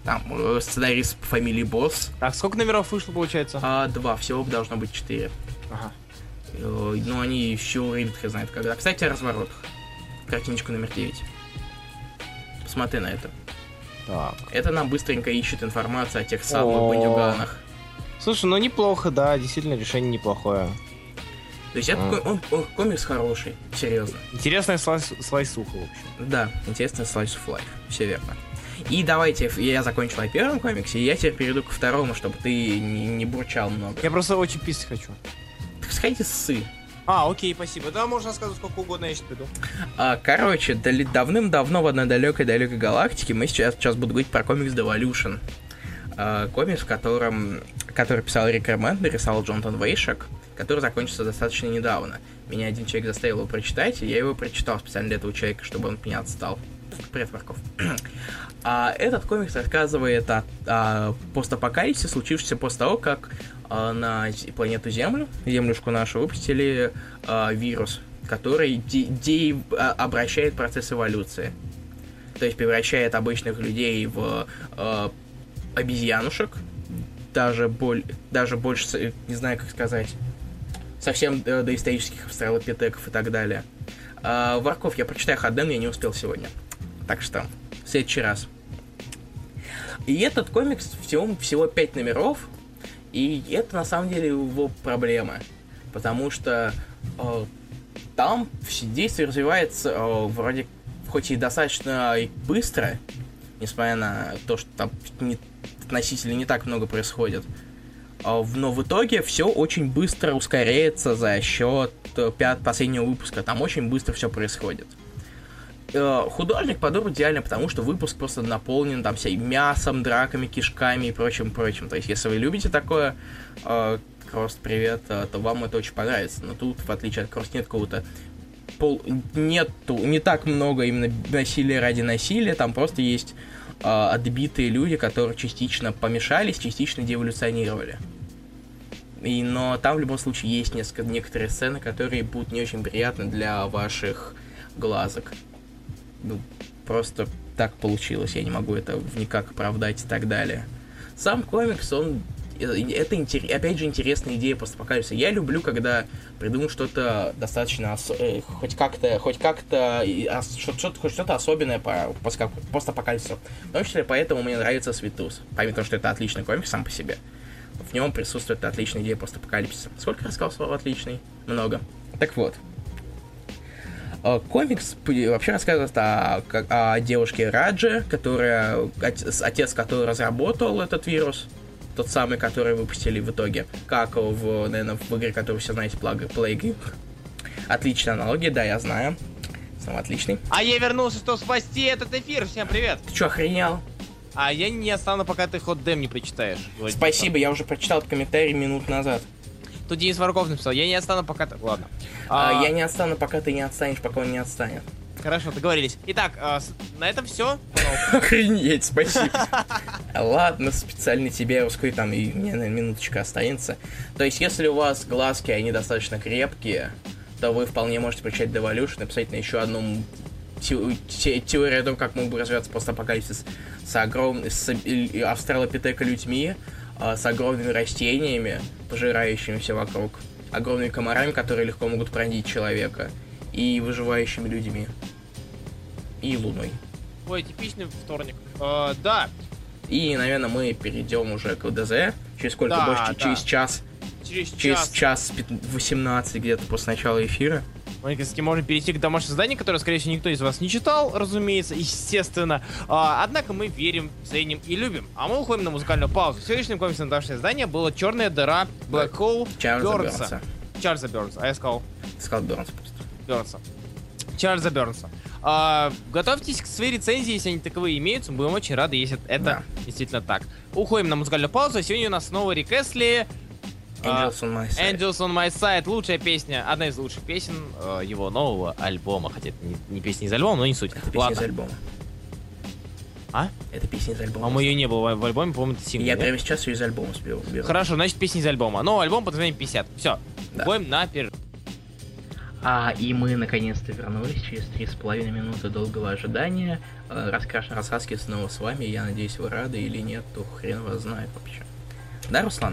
Там э, сценарист по фамилии Босс. Так, сколько номеров вышло, получается? А, два, всего должно быть четыре. Ага. Э, но они еще Рейдхе знает когда. Кстати, о разворотах. Картиночка номер девять. Посмотри на это. Так. Это нам быстренько ищет информацию о тех самых О. бандюганах. Слушай, ну неплохо, да, действительно решение неплохое. То есть это А. он, он- комикс хороший, серьезно. Интересная слайс, слайсуха, в общем. Да, интересный slice of life, все верно. И давайте, я закончил о первом комиксе, и я теперь перейду ко второму, чтобы ты не, не бурчал много. Я просто очень писать хочу. Так сходите ссы. А, окей, спасибо. Да, можно рассказывать сколько угодно, я сейчас приду. А, короче, дали- давным-давно в одной далекой-далекой галактике мы сейчас, сейчас буду говорить про комикс Devolution. А, комикс, в котором, который писал Рик Ремендер, рисовал Джонатан Вейшак, который закончился достаточно недавно. Меня один человек заставил его прочитать, и я его прочитал специально для этого человека, чтобы он от меня отстал. Привет, Марков. А этот комикс рассказывает о, о постапокалипсисе, случившемся после того, как а, на з- планету Землю, Землюшку нашу, выпустили а, вирус, который де- де- а- обращает процесс эволюции. То есть превращает обычных людей в а, обезьянушек, даже, боль, даже больше, с- не знаю, как сказать, совсем э, доисторических австралопитеков и так далее. А, Варков, я прочитаю Хаден, я не успел сегодня. Так что, в следующий раз. И этот комикс всего, всего пять номеров, и это на самом деле его проблема. Потому что э, там все действие развивается э, вроде хоть и достаточно и быстро, несмотря на то, что там не, относительно не так много происходит. А в- Но в итоге все очень быстро ускоряется за счет э, пят- последнего выпуска. Там очень быстро все происходит. Э, Художник подобран идеально, потому что выпуск просто наполнен там всем мясом, драками, кишками и прочим, прочим. То есть, если вы любите такое, э, Крост, привет, э, то вам это очень понравится. Но тут, в отличие от Крост, нет какого-то пол... нету, не так много именно насилия ради насилия, там просто есть э, отбитые люди, которые частично помешались, частично деэволюционировали. И, но там в любом случае есть несколько, некоторые сцены, которые будут не очень приятны для ваших глазок. Ну, просто так получилось, я не могу это никак оправдать и так далее. Сам комикс, он... Это, интер- опять же, интересная идея постапокалипсиса. Я люблю, когда придумают что-то достаточно... Ос- э, хоть как-то... Хоть как-то... и ос- что-то, хоть что-то особенное по поска- постапокалипсису. В том числе поэтому мне нравится Светус. Помимо того, что это отличный комикс сам по себе. В нем присутствует отличная идея постапокалипсиса. Сколько раз сказал слово «отличный»? Много. Так вот. Э, Комикс п- вообще рассказывает о, как- о девушке Раджи, которая, отец, отец которой разработал этот вирус, тот самый, который выпустили в итоге, как в, наверное, в игре, которую все знаете, Plague. Отличная аналогия, да, я знаю. Снова отличный. А я вернулся, чтобы спасти этот эфир. Всем привет. Ты что, охренел? А я не остану, пока ты ход дэм не прочитаешь. Говорит Спасибо, я уже прочитал этот комментарий минут назад. Пацан. Тут Денис Варков написал, я не остану, пока ты... Ладно. А, А, я не отстану, пока ты не отстанешь, пока он не отстанет. Хорошо, договорились. Итак, а, с- на этом все. Охренеть, спасибо. Ладно, специально тебе русской там и мне на минуточка останется. То есть, если у вас глазки, они достаточно крепкие, то вы вполне можете прочитать Devolution, написать на еще одну те- те- теорию о том, как мог бы развиваться постапокалипсис с огромными, с э, австралопитека-людьми, а, с огромными растениями, пожирающими все вокруг, огромными комарами, которые легко могут пронзить человека, и выживающими людьми. И луной. Ой, типичный вторник. А, да, И, наверное, мы перейдем уже к ЛДЗ. Через сколько? Да, Больше, да. через час. через Через час. час пят- восемнадцать где-то после начала эфира. Мы, кстати, можем перейти к домашнему заданию, которое, скорее всего, никто из вас не читал, разумеется, естественно. А, однако мы верим, ценим и любим. А мы уходим на музыкальную паузу. Сегодняшним комиксом домашнее задание было «Черная дыра» Black Hole Чарльза Бёрнса. Бёрнса. Чарльза Бёрнса, а я сказал Сказал Бёрнс просто. Бёрнса. Чарльза Бёрнса. А, готовьтесь к своей рецензии, если они таковые имеются. Мы будем очень рады, если это Да. действительно так. Уходим на музыкальную паузу. Сегодня у нас снова Рик Эсли. Angels on my side. Angels on My Side. Лучшая песня, одна из лучших песен э, его нового альбома. Хотя это не, не песня из альбома, но не суть. Это песня Ладно. из альбома. А? Это песня из альбома. По-моему, ее не было в, в альбоме, по-моему, это сингл. Я нет? прямо сейчас ее из альбома сбил. беру. Хорошо, значит, песня из альбома. Но альбом под названием пятьдесят. Все. Да. Уходим на перерыв. А, и мы наконец-то вернулись через три с половиной минуты долгого ожидания. Раскрашен Расаски снова с вами. Я надеюсь, вы рады или нет, то хрен вас знает вообще. Да, Руслан?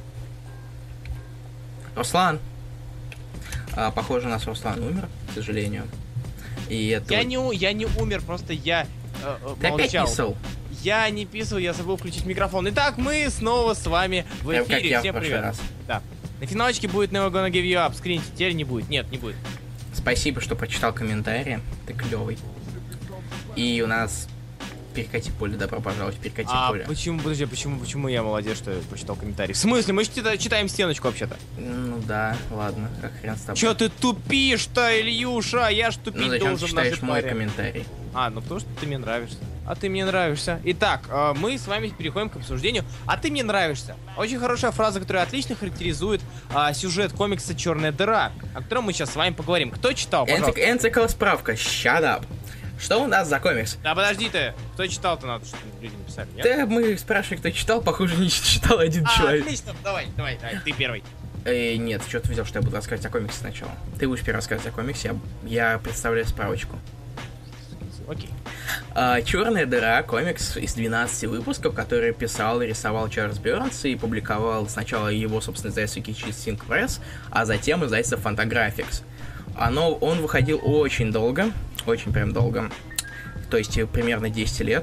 Руслан! А, похоже, у нас Руслан умер, к сожалению. И это... Я не, я не умер, просто я э, Ты молчал. опять писал? Я не писал, я забыл включить микрофон. Итак, мы снова с вами в эфире. Как я Всем в прошлый привет. раз. Да. На финалочке будет Never Gonna Give You Up. Скриньте, теперь не будет. Нет, не будет. Спасибо, что прочитал комментарии. Ты клевый. И у нас перекати поле, добро пожаловать, перекати А поле. почему, подожди, почему, почему я молодец, что я прочитал комментарий? В смысле? Мы же чита- читаем стеночку вообще-то. Ну да, ладно, как хрен с тобой. Чё ты тупишь-то, Ильюша? Я ж тупить Ну зачем ты должен на читаешь мой паре. комментарий? А, ну потому что ты мне нравишься. А ты мне нравишься. Итак, э, мы с вами переходим к обсуждению. А ты мне нравишься. Очень хорошая фраза, которая отлично характеризует э, сюжет комикса «Черная дыра», о котором мы сейчас с вами поговорим. Кто читал, пожалуйста? Энцикл справка, shut up. Что у нас за комикс? Да подожди ты, кто читал-то, надо, чтобы люди написали, нет? Да, мы спрашивали, кто читал, похоже, не читал один А, человек. отлично, давай, давай, давай, ты первый. Э, нет, что ты взял, что я буду рассказывать о комиксе сначала? Ты будешь первый рассказывать о комиксе, я, я представляю справочку. Окей. А, «Черная дыра» — комикс из двенадцати выпусков, который писал и рисовал Чарльз Бернс и публиковал сначала его, собственно, издательство Kitchen Press, а затем издательство Fantagraphics. Оно, он выходил очень долго, очень прям долго, то есть примерно десять лет,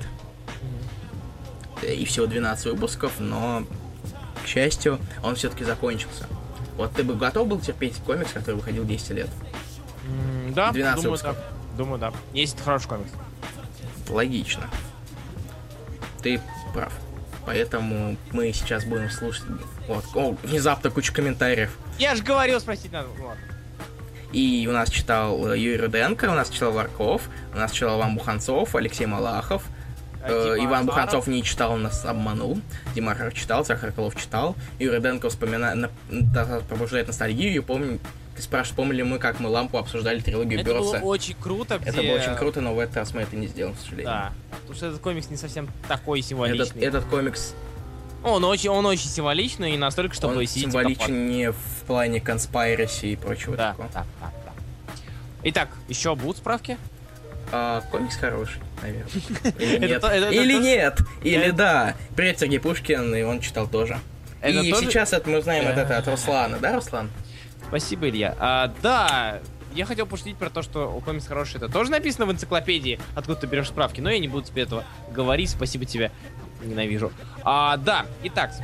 и всего двенадцать выпусков, но, к счастью, он все-таки закончился. Вот ты бы готов был терпеть комикс, который выходил десять лет? М, Да, двенадцать думаю, выпусков. да. Думаю, да. Есть хороший комикс. Логично. Ты прав. Поэтому мы сейчас будем слушать... Вот, о, внезапно куча комментариев. Я же говорил, спросить надо. Ну, ладно. И у нас читал э, Юрий Руденко, у нас читал Варков, у нас читал Иван Буханцов, Алексей Малахов. А Э, Дима Иван Азаров? Буханцов не читал, он нас обманул. Дима Азаров читал, Захар Крылов читал. Юрий Руденко вспоминает, на- да, пробуждает ностальгию. И помню, ты спрашиваешь, помнили мы, как мы Лампу обсуждали трилогию Это было Бёрдса. очень круто, где... Это было очень круто, но в этот раз мы это не сделаем, к сожалению. Да. Потому что этот комикс не совсем такой Этот, символичный. этот комикс, Он очень, он очень символичный и настолько, чтобы он сидеть и символичен копать. не в плане конспайреси и прочего Да, такого. да, да, да. Итак, еще будут справки? А, комикс хороший, наверное. Или Это нет? то- это- это Или то, нет? Или Это- да. Привет, Сергей Пушкин, и он читал тоже. Это И тоже- сейчас это мы узнаем от это от Руслана, да, Руслан? Спасибо, Илья. А, да, я хотел пошутить про то, что комикс хороший. Это тоже написано в энциклопедии, откуда ты берешь справки, но я не буду тебе этого говорить. Спасибо тебе. Ненавижу. А, да, итак.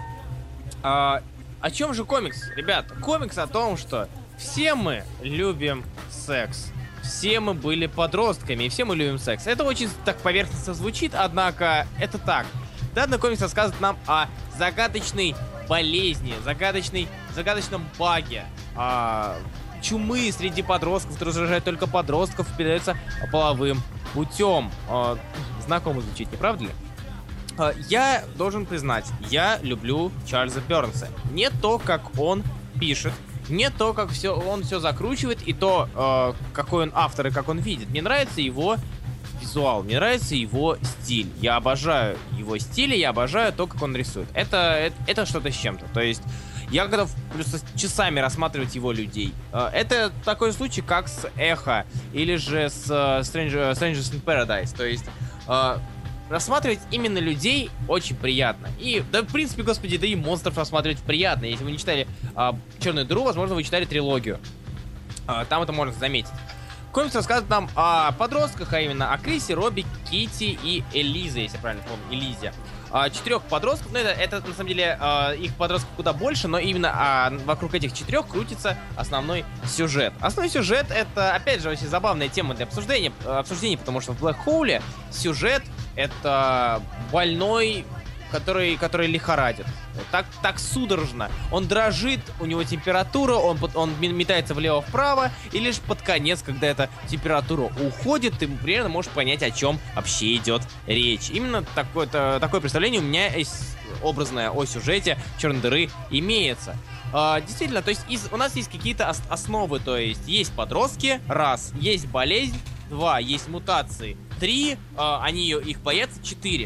А, о чем же комикс, ребят? Комикс о том, что все мы любим секс. Все мы были подростками, и все мы любим секс. Это очень так поверхностно звучит, однако это так. Данный комикс рассказывает нам о загадочной болезни, загадочной, загадочном баге, а, чумы среди подростков, которые заражают только подростков, передается половым путем. А, знакомо звучит, не правда ли? А, я должен признать, я люблю Чарльза Бернса. Не то, как он пишет, не то, как все, он все закручивает, и то, э, какой он автор и как он видит. Мне нравится его визуал, мне нравится его стиль. Я обожаю его стиль, и я обожаю то, как он рисует. Это, это, это что-то с чем-то. То есть я готов просто часами рассматривать его людей. Э, это такой случай, как с Эхо или же с э, Stranger, Strangers in Paradise. То есть э, рассматривать именно людей очень приятно. И, да, в принципе, господи, да и монстров рассматривать приятно. Если вы не читали а, «Черную дыру», возможно, вы читали трилогию. А, там это можно заметить. Комикс рассказывает нам о подростках, а именно о Крисе, Робби, Китти и Элизе, если я правильно помню, Элизе. А, четырех подростков, ну это, это на самом деле а, их подростков куда больше, но именно а, вокруг этих четырех крутится основной сюжет. Основной сюжет — это, опять же, очень забавная тема для обсуждения, обсуждения, потому что в Black Hole сюжет — это больной, который, который лихорадит. Так, так судорожно. Он дрожит, у него температура, он, он метается влево-вправо, и лишь под конец, когда эта температура уходит, ты примерно можешь понять, о чем вообще идет речь. Именно такое-то, такое представление у меня есть, образное о сюжете «Черной дыры» имеется. А, действительно, то есть из, у нас есть какие-то ос- основы, то есть есть подростки, раз, есть болезнь, два, есть мутации, три, а, они ее, их боятся, четыре.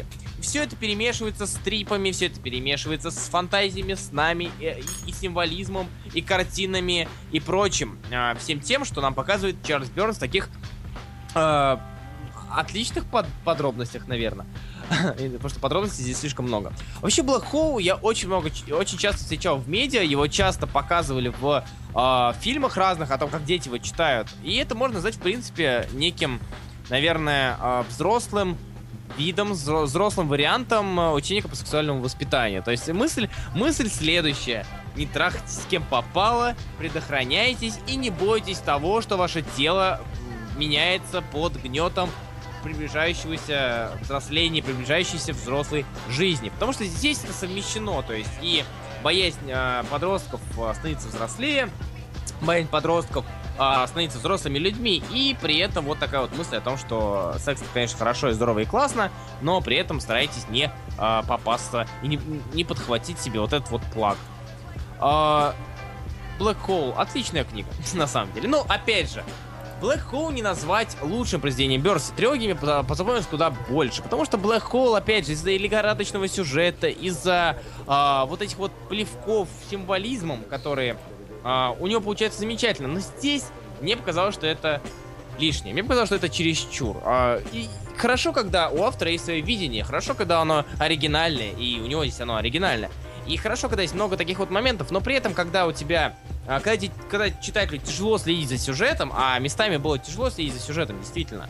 все это перемешивается с трипами, все это перемешивается с фантазиями, снами и, и символизмом, и картинами, и прочим. Э, всем тем, что нам показывает Чарльз Бернс в таких э, отличных под подробностях, наверное. Потому что подробностей здесь слишком много. Вообще, Black Hole я очень много, очень часто встречал в медиа, его часто показывали в э, фильмах разных о том, как дети его читают. И это можно назвать, в принципе, неким, наверное, э, взрослым видом, взрослым вариантом ученика по сексуальному воспитанию. То есть мысль, мысль следующая. Не трахайтесь с кем попало, предохраняйтесь и не бойтесь того, что ваше тело меняется под гнетом приближающегося взросления, приближающейся взрослой жизни. Потому что здесь это совмещено, то есть и боязнь э, подростков становиться взрослее, боязнь подростков э, становиться взрослыми людьми, и при этом вот такая вот мысль о том, что секс, конечно, хорошо и здорово и классно, но при этом старайтесь не э, попасться и не, не подхватить себе вот этот вот плаг. Э, Black Hole — отличная книга, на самом деле. Но, опять же, Black Hole не назвать лучшим произведением Бернса. Трилогиями позаботимся куда больше. Потому что Black Hole, опять же, из-за лихорадочного сюжета, из-за а, вот этих вот плевков символизмом, которые а, у него получается замечательно. Но здесь мне показалось, что это лишнее. Мне показалось, что это чересчур. А, и хорошо, когда у автора есть свое видение. Хорошо, когда оно оригинальное. И у него здесь оно оригинальное. И хорошо, когда есть много таких вот моментов, но при этом, когда у тебя, когда, когда читателю тяжело следить за сюжетом, а местами было тяжело следить за сюжетом, действительно,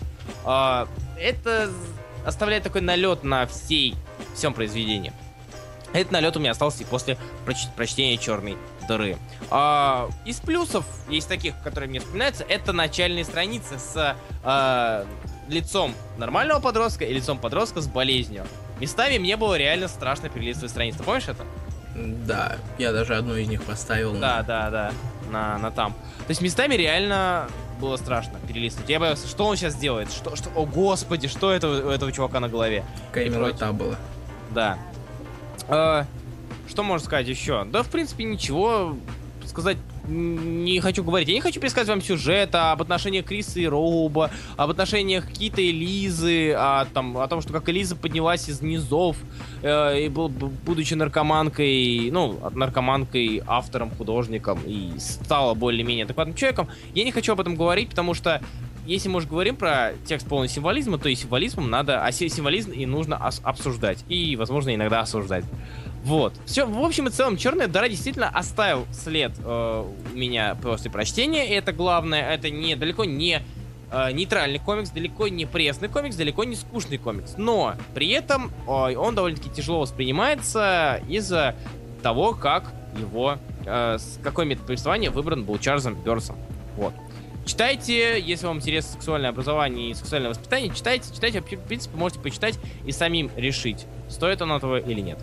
это оставляет такой налет на всей, всем произведении. Этот налет у меня остался и после проч прочтения «Черной дыры». А, из плюсов, есть таких, которые мне вспоминаются, это начальные страницы с а, лицом нормального подростка и лицом подростка с болезнью. Местами мне было реально страшно перелистывать страницы. Ты помнишь это? Да, я даже одну из них поставил. Да, да, да, на, на там. То есть местами реально было страшно перелистывать. Я боялся, что он сейчас делает? Что, что, о господи, что это у этого чувака на голове? Какая милота была. Да. А, что можно сказать еще? Да, в принципе, ничего сказать не хочу говорить. Я не хочу пересказывать вам сюжет об отношениях Криса и Роуба, об отношениях Кита и Лизы, о, там, о том, что как Элиза поднялась из низов, э, и был, будучи наркоманкой, ну, наркоманкой, автором, художником, и стала более-менее адекватным человеком. Я не хочу об этом говорить, потому что если мы уже говорим про текст полный символизма, то и символизмом надо, а символизм и нужно обсуждать, и, возможно, иногда осуждать. Вот. Все, в общем и целом, «Черная дыра» действительно оставил след э, у меня после прочтения, и это главное. Это не, далеко не э, нейтральный комикс, далеко не пресный комикс, далеко не скучный комикс. Но при этом э, он довольно-таки тяжело воспринимается из-за того, как его, э, с какой метод повествования выбран был Чарльзом Бернсом. Вот. Читайте, если вам интересно сексуальное образование и сексуальное воспитание, читайте, читайте, вообще, в принципе, можете почитать и самим решить, стоит оно того или нет.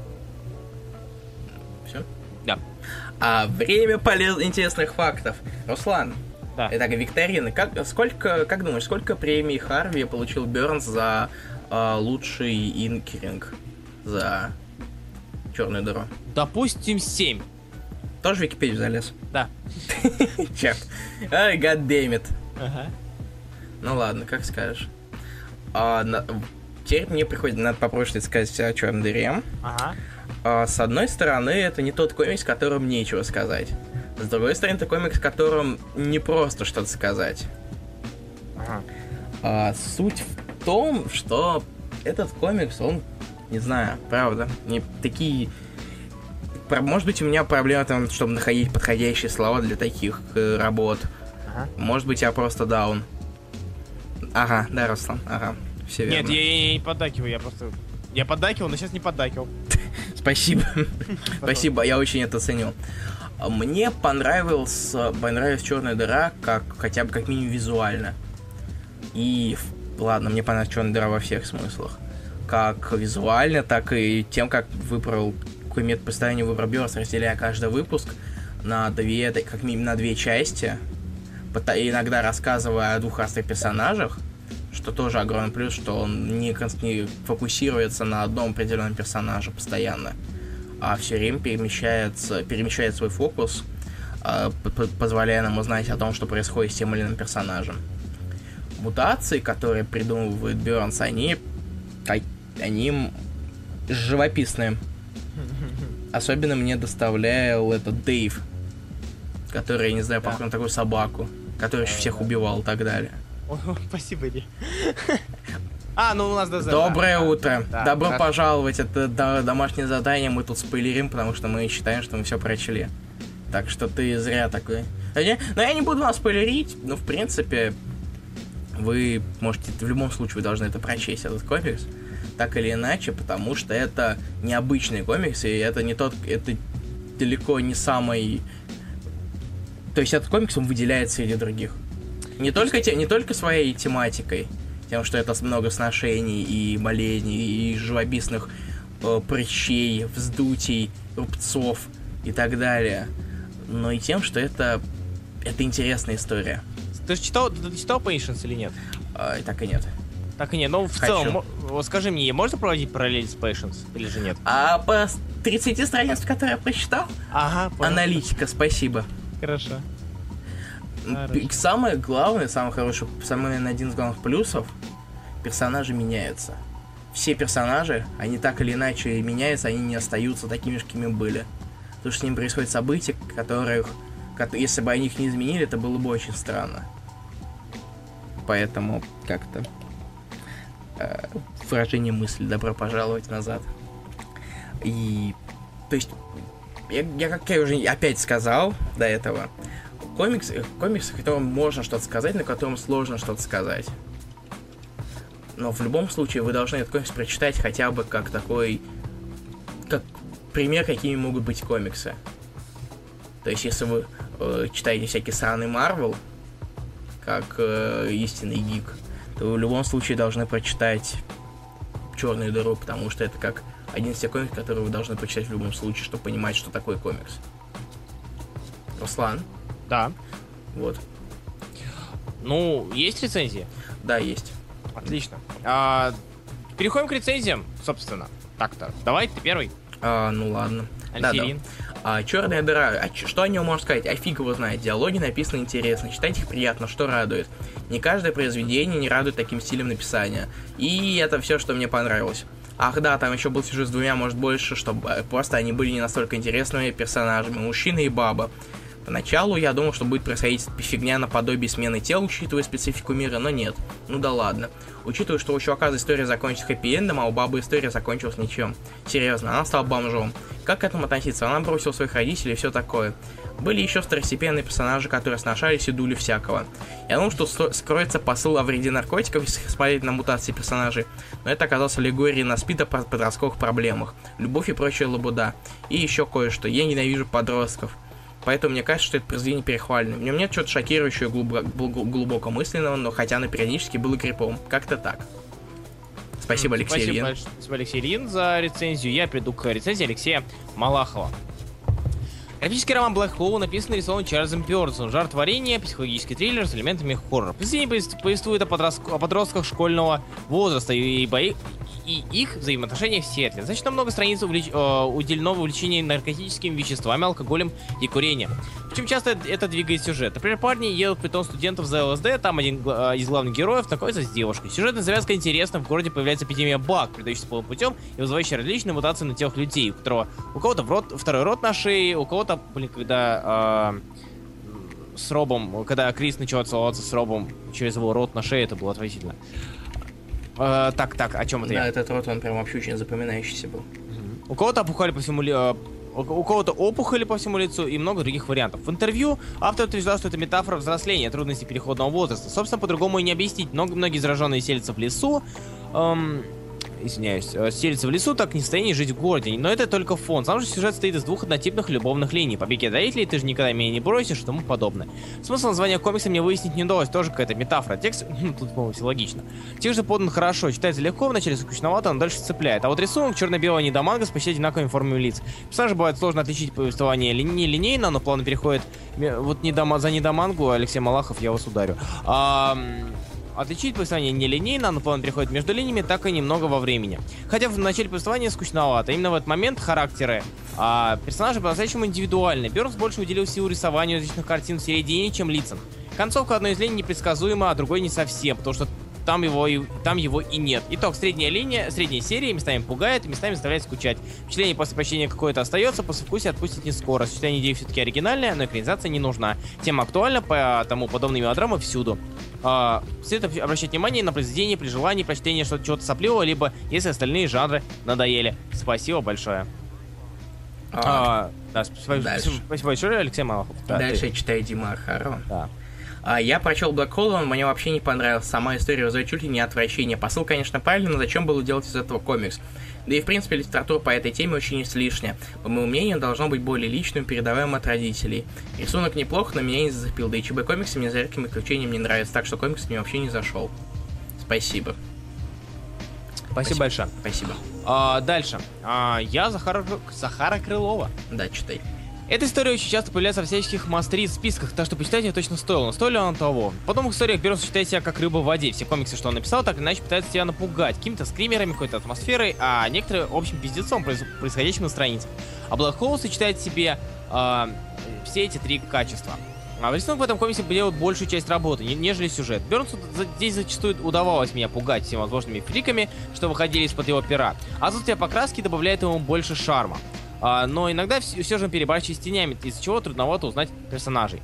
Все? Да. А время полез... интересных фактов. Руслан, да. Итак, викторина. Как, сколько, как думаешь, сколько премий Харви получил Бернс за э, лучший инкеринг за «Черную дыру»? Допустим, семь. Тоже в Википедию залез? Да. Черт. Ай, goddammit. Ага. Ну ладно, как скажешь. А, на... Теперь мне приходится, надо попробовать сказать о «Черной дыре». Ага. А, с одной стороны, это не тот комикс, которым нечего сказать. С другой стороны, это комикс, которым не просто что-то сказать. Ага. А, суть в том, что этот комикс, он, не знаю, правда, не такие... Может быть, у меня проблема там, чтобы находить подходящие слова для таких э, работ. Ага. Может быть, я просто даун. Ага, да, Руслан, ага, все верно. Нет, я, я не поддакиваю, я просто... Я поддакивал, но сейчас не поддакивал. Спасибо. Спасибо, я очень это ценю. Мне понравился, понравилась «Черная дыра», как хотя бы как минимум визуально. И ладно, мне понравилась «Черная дыра» во всех смыслах. Как визуально, так и тем, как выбрал, какой метод построения выбрал Бернс, разделяя каждый выпуск на две, как минимум на две части, иногда рассказывая о двух разных персонажах, что тоже огромный плюс, что он не, не фокусируется на одном определенном персонаже постоянно, а все время перемещается, перемещает свой фокус, позволяя нам узнать о том, что происходит с тем или иным персонажем. Мутации, которые придумывает Бернс, они, они живописные. Особенно мне доставлял этот Дэйв, который, я не знаю, похож да. на такую собаку, который еще всех убивал и так далее. О, спасибо, Ди. А, ну у нас ДЗ. Доброе да, утро. Да, Добро хорошо. пожаловать. Это домашнее задание. Мы тут спойлерим, потому что мы считаем, что мы все прочли. Так что ты зря такой. Но я не буду вас спойлерить. Но, в принципе, вы можете... В любом случае, вы должны это прочесть, этот комикс. Так или иначе, потому что это необычный комикс, и это не тот... Это далеко не самый... То есть этот комикс, он выделяется среди других. Не только, те, не только своей тематикой, тем, что это много сношений и болезней, и живописных э, прыщей, вздутий, рубцов и так далее, но и тем, что это, это интересная история. Ты же читал, ты читал Patience или нет? А, и так и нет. Так и нет, но в Хочу. целом, вот скажи мне, можно проводить параллель с Patience или же нет? А по тридцати страницам, которые я прочитал? Ага, понял. Аналитика, спасибо. Хорошо. Самое главное, самый хороший, самый, наверное, один из главных плюсов, персонажи меняются. Все персонажи, они так или иначе меняются, они не остаются такими же, какими были. Потому что с ним происходят события, которых, если бы они их не изменили, это было бы очень странно. Поэтому как-то э, выражение мысли «добро пожаловать назад». И, то есть, я, я как я уже опять сказал до этого, комикс, комикс, о котором можно что-то сказать, на котором сложно что-то сказать. Но в любом случае вы должны этот комикс прочитать хотя бы как такой, как пример, какими могут быть комиксы. То есть, если вы э, читаете всякие сраные Marvel, как э, истинный гик, то вы в любом случае должны прочитать «Черную дыру», потому что это как один из тех комиксов, которые вы должны прочитать в любом случае, чтобы понимать, что такое комикс. Руслан? Да. Вот. Ну, есть рецензии? Да, есть. Отлично. А, переходим к рецензиям, собственно. Так-то. Давай, ты первый. А, ну ладно. Альферин. Да, да. А, «Черная дыра». А, ч- что о нем можно сказать? А фиг его знает. Диалоги написаны интересно. Читать их приятно, что радует. Не каждое произведение не радует таким стилем написания. И это все, что мне понравилось. Ах да, там еще был сюжет с двумя, может больше, чтобы просто они были не настолько интересными персонажами. Мужчина и баба. Поначалу я думал, что будет происходить фигня наподобие смены тел, учитывая специфику мира, но нет. Ну да ладно. Учитывая, что у чувака история закончилась хэппи-эндом, а у бабы история закончилась ничем. Серьезно, она стала бомжом. Как к этому относиться? Она бросила своих родителей и все такое. Были еще второстепенные персонажи, которые сношались и дули всякого. Я думал, что скроется посыл о вреде наркотиков, если смотреть на мутации персонажей, но это оказалось аллегорией на СПИД о подростковых проблемах, любовь и прочая лабуда. И еще кое-что. Я ненавижу подростков. Поэтому мне кажется, что это произведение перехваленное. В нем нет чего-то шокирующего и глубоко, глубокомысленного, но хотя оно периодически было крипом. Как-то так. Спасибо, Алексей спасибо, Ильин. Спасибо, Алексей Ильин, за рецензию. Я приду к рецензии Алексея Малахова. Графический роман Black Hole написан и рисован Чарльзом Бёрдсом. Жар творения, психологический триллер с элементами хоррора. Произведение повествует о, подростк... о подростках школьного возраста и бои... и их взаимоотношениях в Сиэтле. Достаточно много страниц увлеч... э, уделено увлечению наркотическими веществами, алкоголем и курением. Причем часто это двигает сюжет. Например, парни едут в притон студентов за ЛСД, там один э, из главных героев знакомится с девушкой. Сюжетная завязка интересна, в городе появляется эпидемия баг, передающаяся полным путем и вызывающая различные мутации на телах людей, у которого у кого-то в рот, второй рот на шее, у кого-то, блин, когда э, с Робом, когда Крис начал целоваться с Робом через его рот на шее, это было отвратительно. Uh, так, так, о чем это да, я? Да, этот рот, он прям вообще очень запоминающийся был. Uh-huh. У кого-то опухали по всему ли... Uh, у кого-то опухоли по всему лицу и много других вариантов. В интервью автор утверждал, что это метафора взросления, трудностей переходного возраста. Собственно, по-другому и не объяснить. Много, многие зараженные селятся в лесу. Эм, извиняюсь. Селятся в лесу, так не в состоянии жить в городе. Но это только фон. Сам же сюжет состоит из двух однотипных любовных линий. Побеги от родителей, ты же никогда меня не бросишь и тому подобное. Смысл названия комикса мне выяснить не удалось. Тоже какая-то метафора. Текст, ну, тут, по-моему, все логично. Текст же подан хорошо. Читается легко, вначале скучновато, но дальше цепляет. А вот рисунок черно-белого недоманга с почти одинаковыми формами лиц. Персонажи бывает сложно отличить повествование ли, не линейно, но плавно переходит. Вот недома, за недомангу, Алексей Малахов, я вас ударю. А, Отличить повествование нелинейно, но плавно переходит между линиями, так и немного во времени. Хотя в начале повествования скучновато. Именно в этот момент характеры а, персонажей по-настоящему индивидуальны. Бёрнс больше уделил силу рисованию различных картин в середине, чем лицам. Концовка одной из линий непредсказуема, а другой не совсем, потому что там его, и, там его и нет. Итог, средняя линия, средняя серия местами пугает, местами заставляет скучать. Впечатление после прочтения какое-то остается, после вкуса отпустит не скоро. Сочетание идей все-таки оригинальное, но экранизация не нужна. Тема актуальна, поэтому подобные мелодрамы всюду. А, следует обращать внимание на произведение при желании прочтения что-то чего-то сопливого, либо если остальные жанры надоели. Спасибо большое. А, А, да, спасибо, дальше. спасибо большое, Алексей Малахов. Да, Дальше ты. я читаю Дима Архарова. Да. А, я прочел Black Hole, он мне вообще не понравился. Сама история вызывает чуть ли не отвращение. Посыл, конечно, правильный, но зачем было делать из этого комикс? Да и, в принципе, литература по этой теме очень излишняя. По моему мнению, должно быть более личным, передаваемым от родителей. Рисунок неплох, но меня не зацепил. Да и ЧБ-комиксы мне за редким исключением не нравятся, так что комикс мне вообще не зашел. Спасибо. Спасибо, Спасибо. большое. Спасибо. А, дальше. А, я Захара, Захара Крылова. Да, читай. Эта история очень часто появляется в всяческих мастриц списках, так что почитать ее точно стоило, но стоило она того. В подобных историях Бернс считает себя как рыба в воде. Все комиксы, что он написал, так или иначе пытаются тебя напугать какими-то скримерами, какой-то атмосферой, а некоторые общим пиздецом, происходящим на странице. А Black Hole сочетает в себе э, все эти три качества. А в рисунок в этом комиксе делают большую часть работы, нежели сюжет. Бернсу здесь зачастую удавалось меня пугать всевозможными фриками, что выходили из-под его пера. А отсутствие покраски добавляет ему больше шарма. А, но иногда все, все же перебарщивает с тенями, из-за чего трудновато узнать персонажей.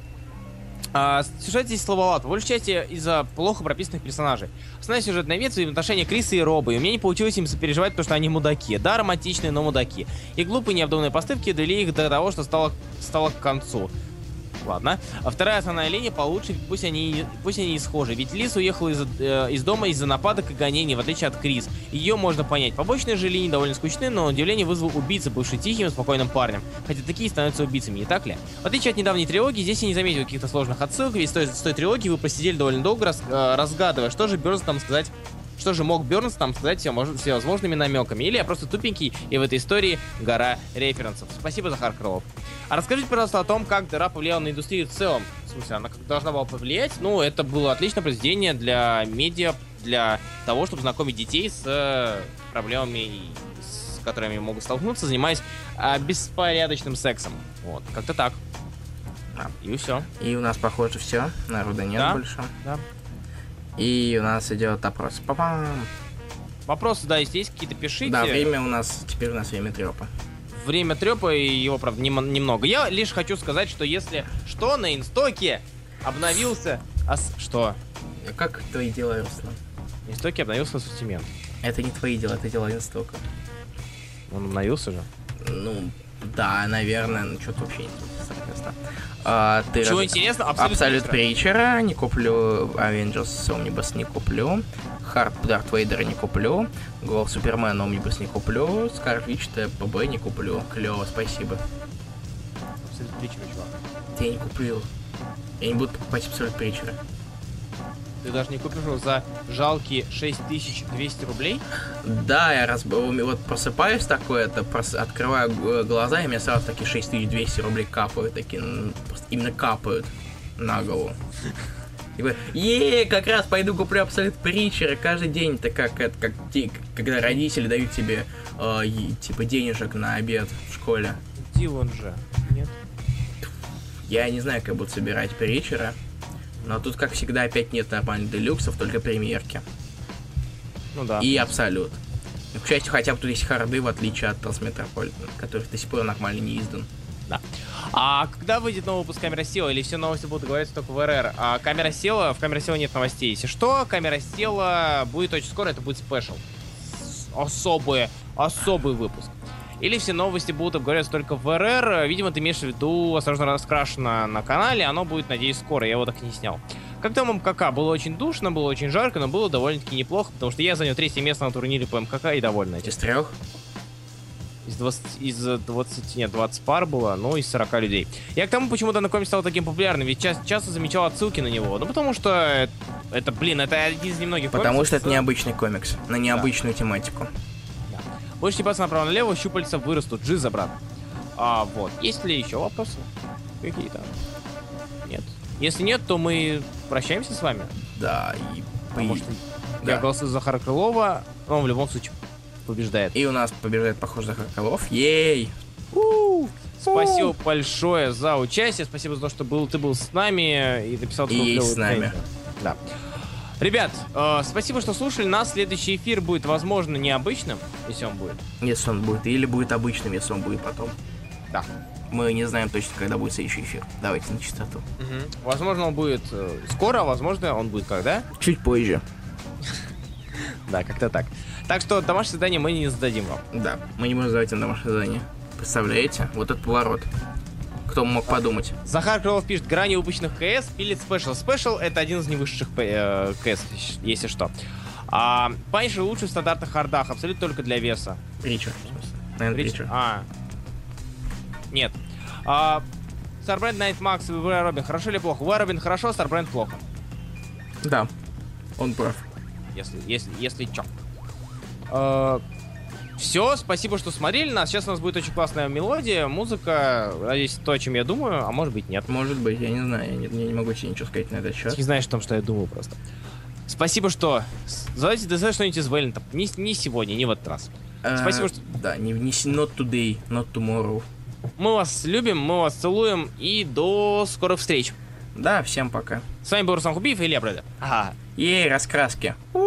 А, сюжет здесь слабоват, по большей части из-за плохо прописанных персонажей. Основная сюжетная ветвь в отношении Криса и Робы, и мне не получилось им сопереживать, потому что они мудаки. Да, романтичные, но мудаки. И глупые необдуманные поступки довели их до того, что стало, стало к концу. Ладно. А вторая основная линия получше, пусть они, пусть они не схожи. Ведь Лиз уехала из, э, из дома из-за нападок и гонений, в отличие от Крис. Ее можно понять. Побочные же линии довольно скучны, но удивление вызвал убийца, бывший тихим и спокойным парнем. Хотя такие становятся убийцами, не так ли? В отличие от недавней трилогии, здесь я не заметил каких-то сложных отсылок, ведь с той, с той трилогии вы просидели довольно долго, раз, э, разгадывая, что же Бернс там сказать. Что же мог Бернс там сказать всевозможными намеками? Или я просто тупенький, и в этой истории гора референсов. Спасибо, Захар Крылов. А расскажите, пожалуйста, о том, как дыра повлияла на индустрию в целом. В смысле, она как должна была повлиять? Ну, это было отличное произведение для медиа, для того, чтобы знакомить детей с э, проблемами, с которыми могут столкнуться, занимаясь э, беспорядочным сексом. Вот, как-то так. Да. И все. И у нас, похоже, все. Народа нет Да? больше. Да. И у нас идет опрос. Па-пам! Вопросы, да, если есть какие-то, пишите. Да, время у нас, теперь у нас время трёпа. Время трёпа, и его, правда, нем- немного. Я лишь хочу сказать, что если что, на инстоке обновился... Ас... Что? А как твои дела, Руслан? На инстоке обновился ассортимент. Это не твои дела, это дела Инстока. Он обновился же. Ну, да, наверное, ну что-то вообще не интересно. А, ты Чего раз... интересно? Абсолют Абсолют Причера. Притчера не куплю, Avengers Omnibus не куплю, Хард Дарт Вейдера не куплю, Гол Супермен Omnibus не куплю, Скарлет Вич ТПБ не куплю. Клево, спасибо. Абсолют Причера, чувак. Я не куплю. Я не буду покупать Абсолют Притчера. Ты даже не купишь его за жалкие шесть тысяч двести рублей? Да, я раз вот просыпаюсь такой, это прос... открываю г- глаза, и мне сразу такие шесть тысяч двести рублей капают, такие, ну, просто именно капают на голову. Типа, е как раз пойду куплю Абсолют Притчера каждый день. Это как, это как те- когда родители дают тебе э, и- типа денежек на обед в школе. Дилан же. Нет? Я не знаю, как буду собирать Притчера, но тут, как всегда, опять нет нормальных делюксов, только премьерки. Ну да. И Абсолют. Ну, к счастью, хотя бы тут есть харды, в отличие от Трансметрополитена, который до сих пор нормально не издан. Да. А когда выйдет новый выпуск «Камера села» или все новости будут говориться только в эр эр? А «Камера села», в «Камера села» нет новостей. Если что, «Камера села» будет очень скоро, это будет спешл. Особый, особый выпуск. Или все новости будут обговариваться только в эр эр. Видимо, ты имеешь в виду «Осторожно, раскрашено» на канале. Оно будет, надеюсь, скоро. Я его так и не снял. Как там эм ка ка? Было очень душно, было очень жарко, но было довольно-таки неплохо, потому что я занял третье место на турнире по эм ка ка и доволен этим. Из трех? Из двадцати, из двадцати, нет, двадцать пар было, ну, из сорока людей. Я к тому, почему данный комикс стал таким популярным, ведь ча- часто замечал отсылки на него. Ну, потому что это, это блин, это один из немногих Потому комиксов что это с- необычный комикс, на необычную тематику. Больше ебаться направо-налево, щупальца вырастут. Жиза, брат. А, вот. Есть ли еще вопросы? Какие-то? Нет. Если нет, то мы прощаемся с вами. Да, и... Потому и- что да. я голосую за Захара Крылова, но он в любом случае побеждает. И у нас побеждает, похоже, Захар Крылов. Ей! У-у-у. Спасибо большое за участие. Спасибо за то, что был, ты был с нами и написал такую И есть клевую с нами. песню. Да. Ребят, э, спасибо, что слушали нас. Следующий эфир будет, возможно, необычным, если он будет. Если он будет. Или будет обычным, если он будет потом. Да. Мы не знаем точно, когда будет следующий эфир. Давайте на чистоту. Угу. Возможно, он будет э, скоро, а возможно, он будет когда? Чуть позже. Да, как-то так. Так что домашнее задание мы не зададим вам. Да, мы не будем задавать им домашнее задание. Представляете? Вот этот поворот. Кто мог подумать? Захар Крылов пишет, грани выпущенных КС пилит спешл. Спешл — это один из невысших э, КС, если что. А Панишер лучше в стандартных хардах, абсолютно только для веса. Ричард, в смысле. Наверное, Рич... Ричард. А. Нет. А, Старбренд Найт Макс и Ви Робин хорошо или плохо? Ви Робин хорошо, Старбренд плохо. Да, он прав. Если, если, если чё. А, все, спасибо, что смотрели нас. Сейчас у нас будет очень классная мелодия, музыка. Надеюсь, то, о чем я думаю, а может быть, нет. Может быть, я не знаю, я не, я не могу тебе ничего сказать на этот счет. Ты не знаешь о том, что я думаю просто. Спасибо, что... Задайте, задайте что-нибудь из Вэллинта. Не, не сегодня, не в этот раз. А, Спасибо, что... Да, не, не not today, not tomorrow. Мы вас любим, мы вас целуем и до скорых встреч. Да, всем пока. С вами был Руслан Хубиев и Илья Брэда. Ага. Ей, раскраски. У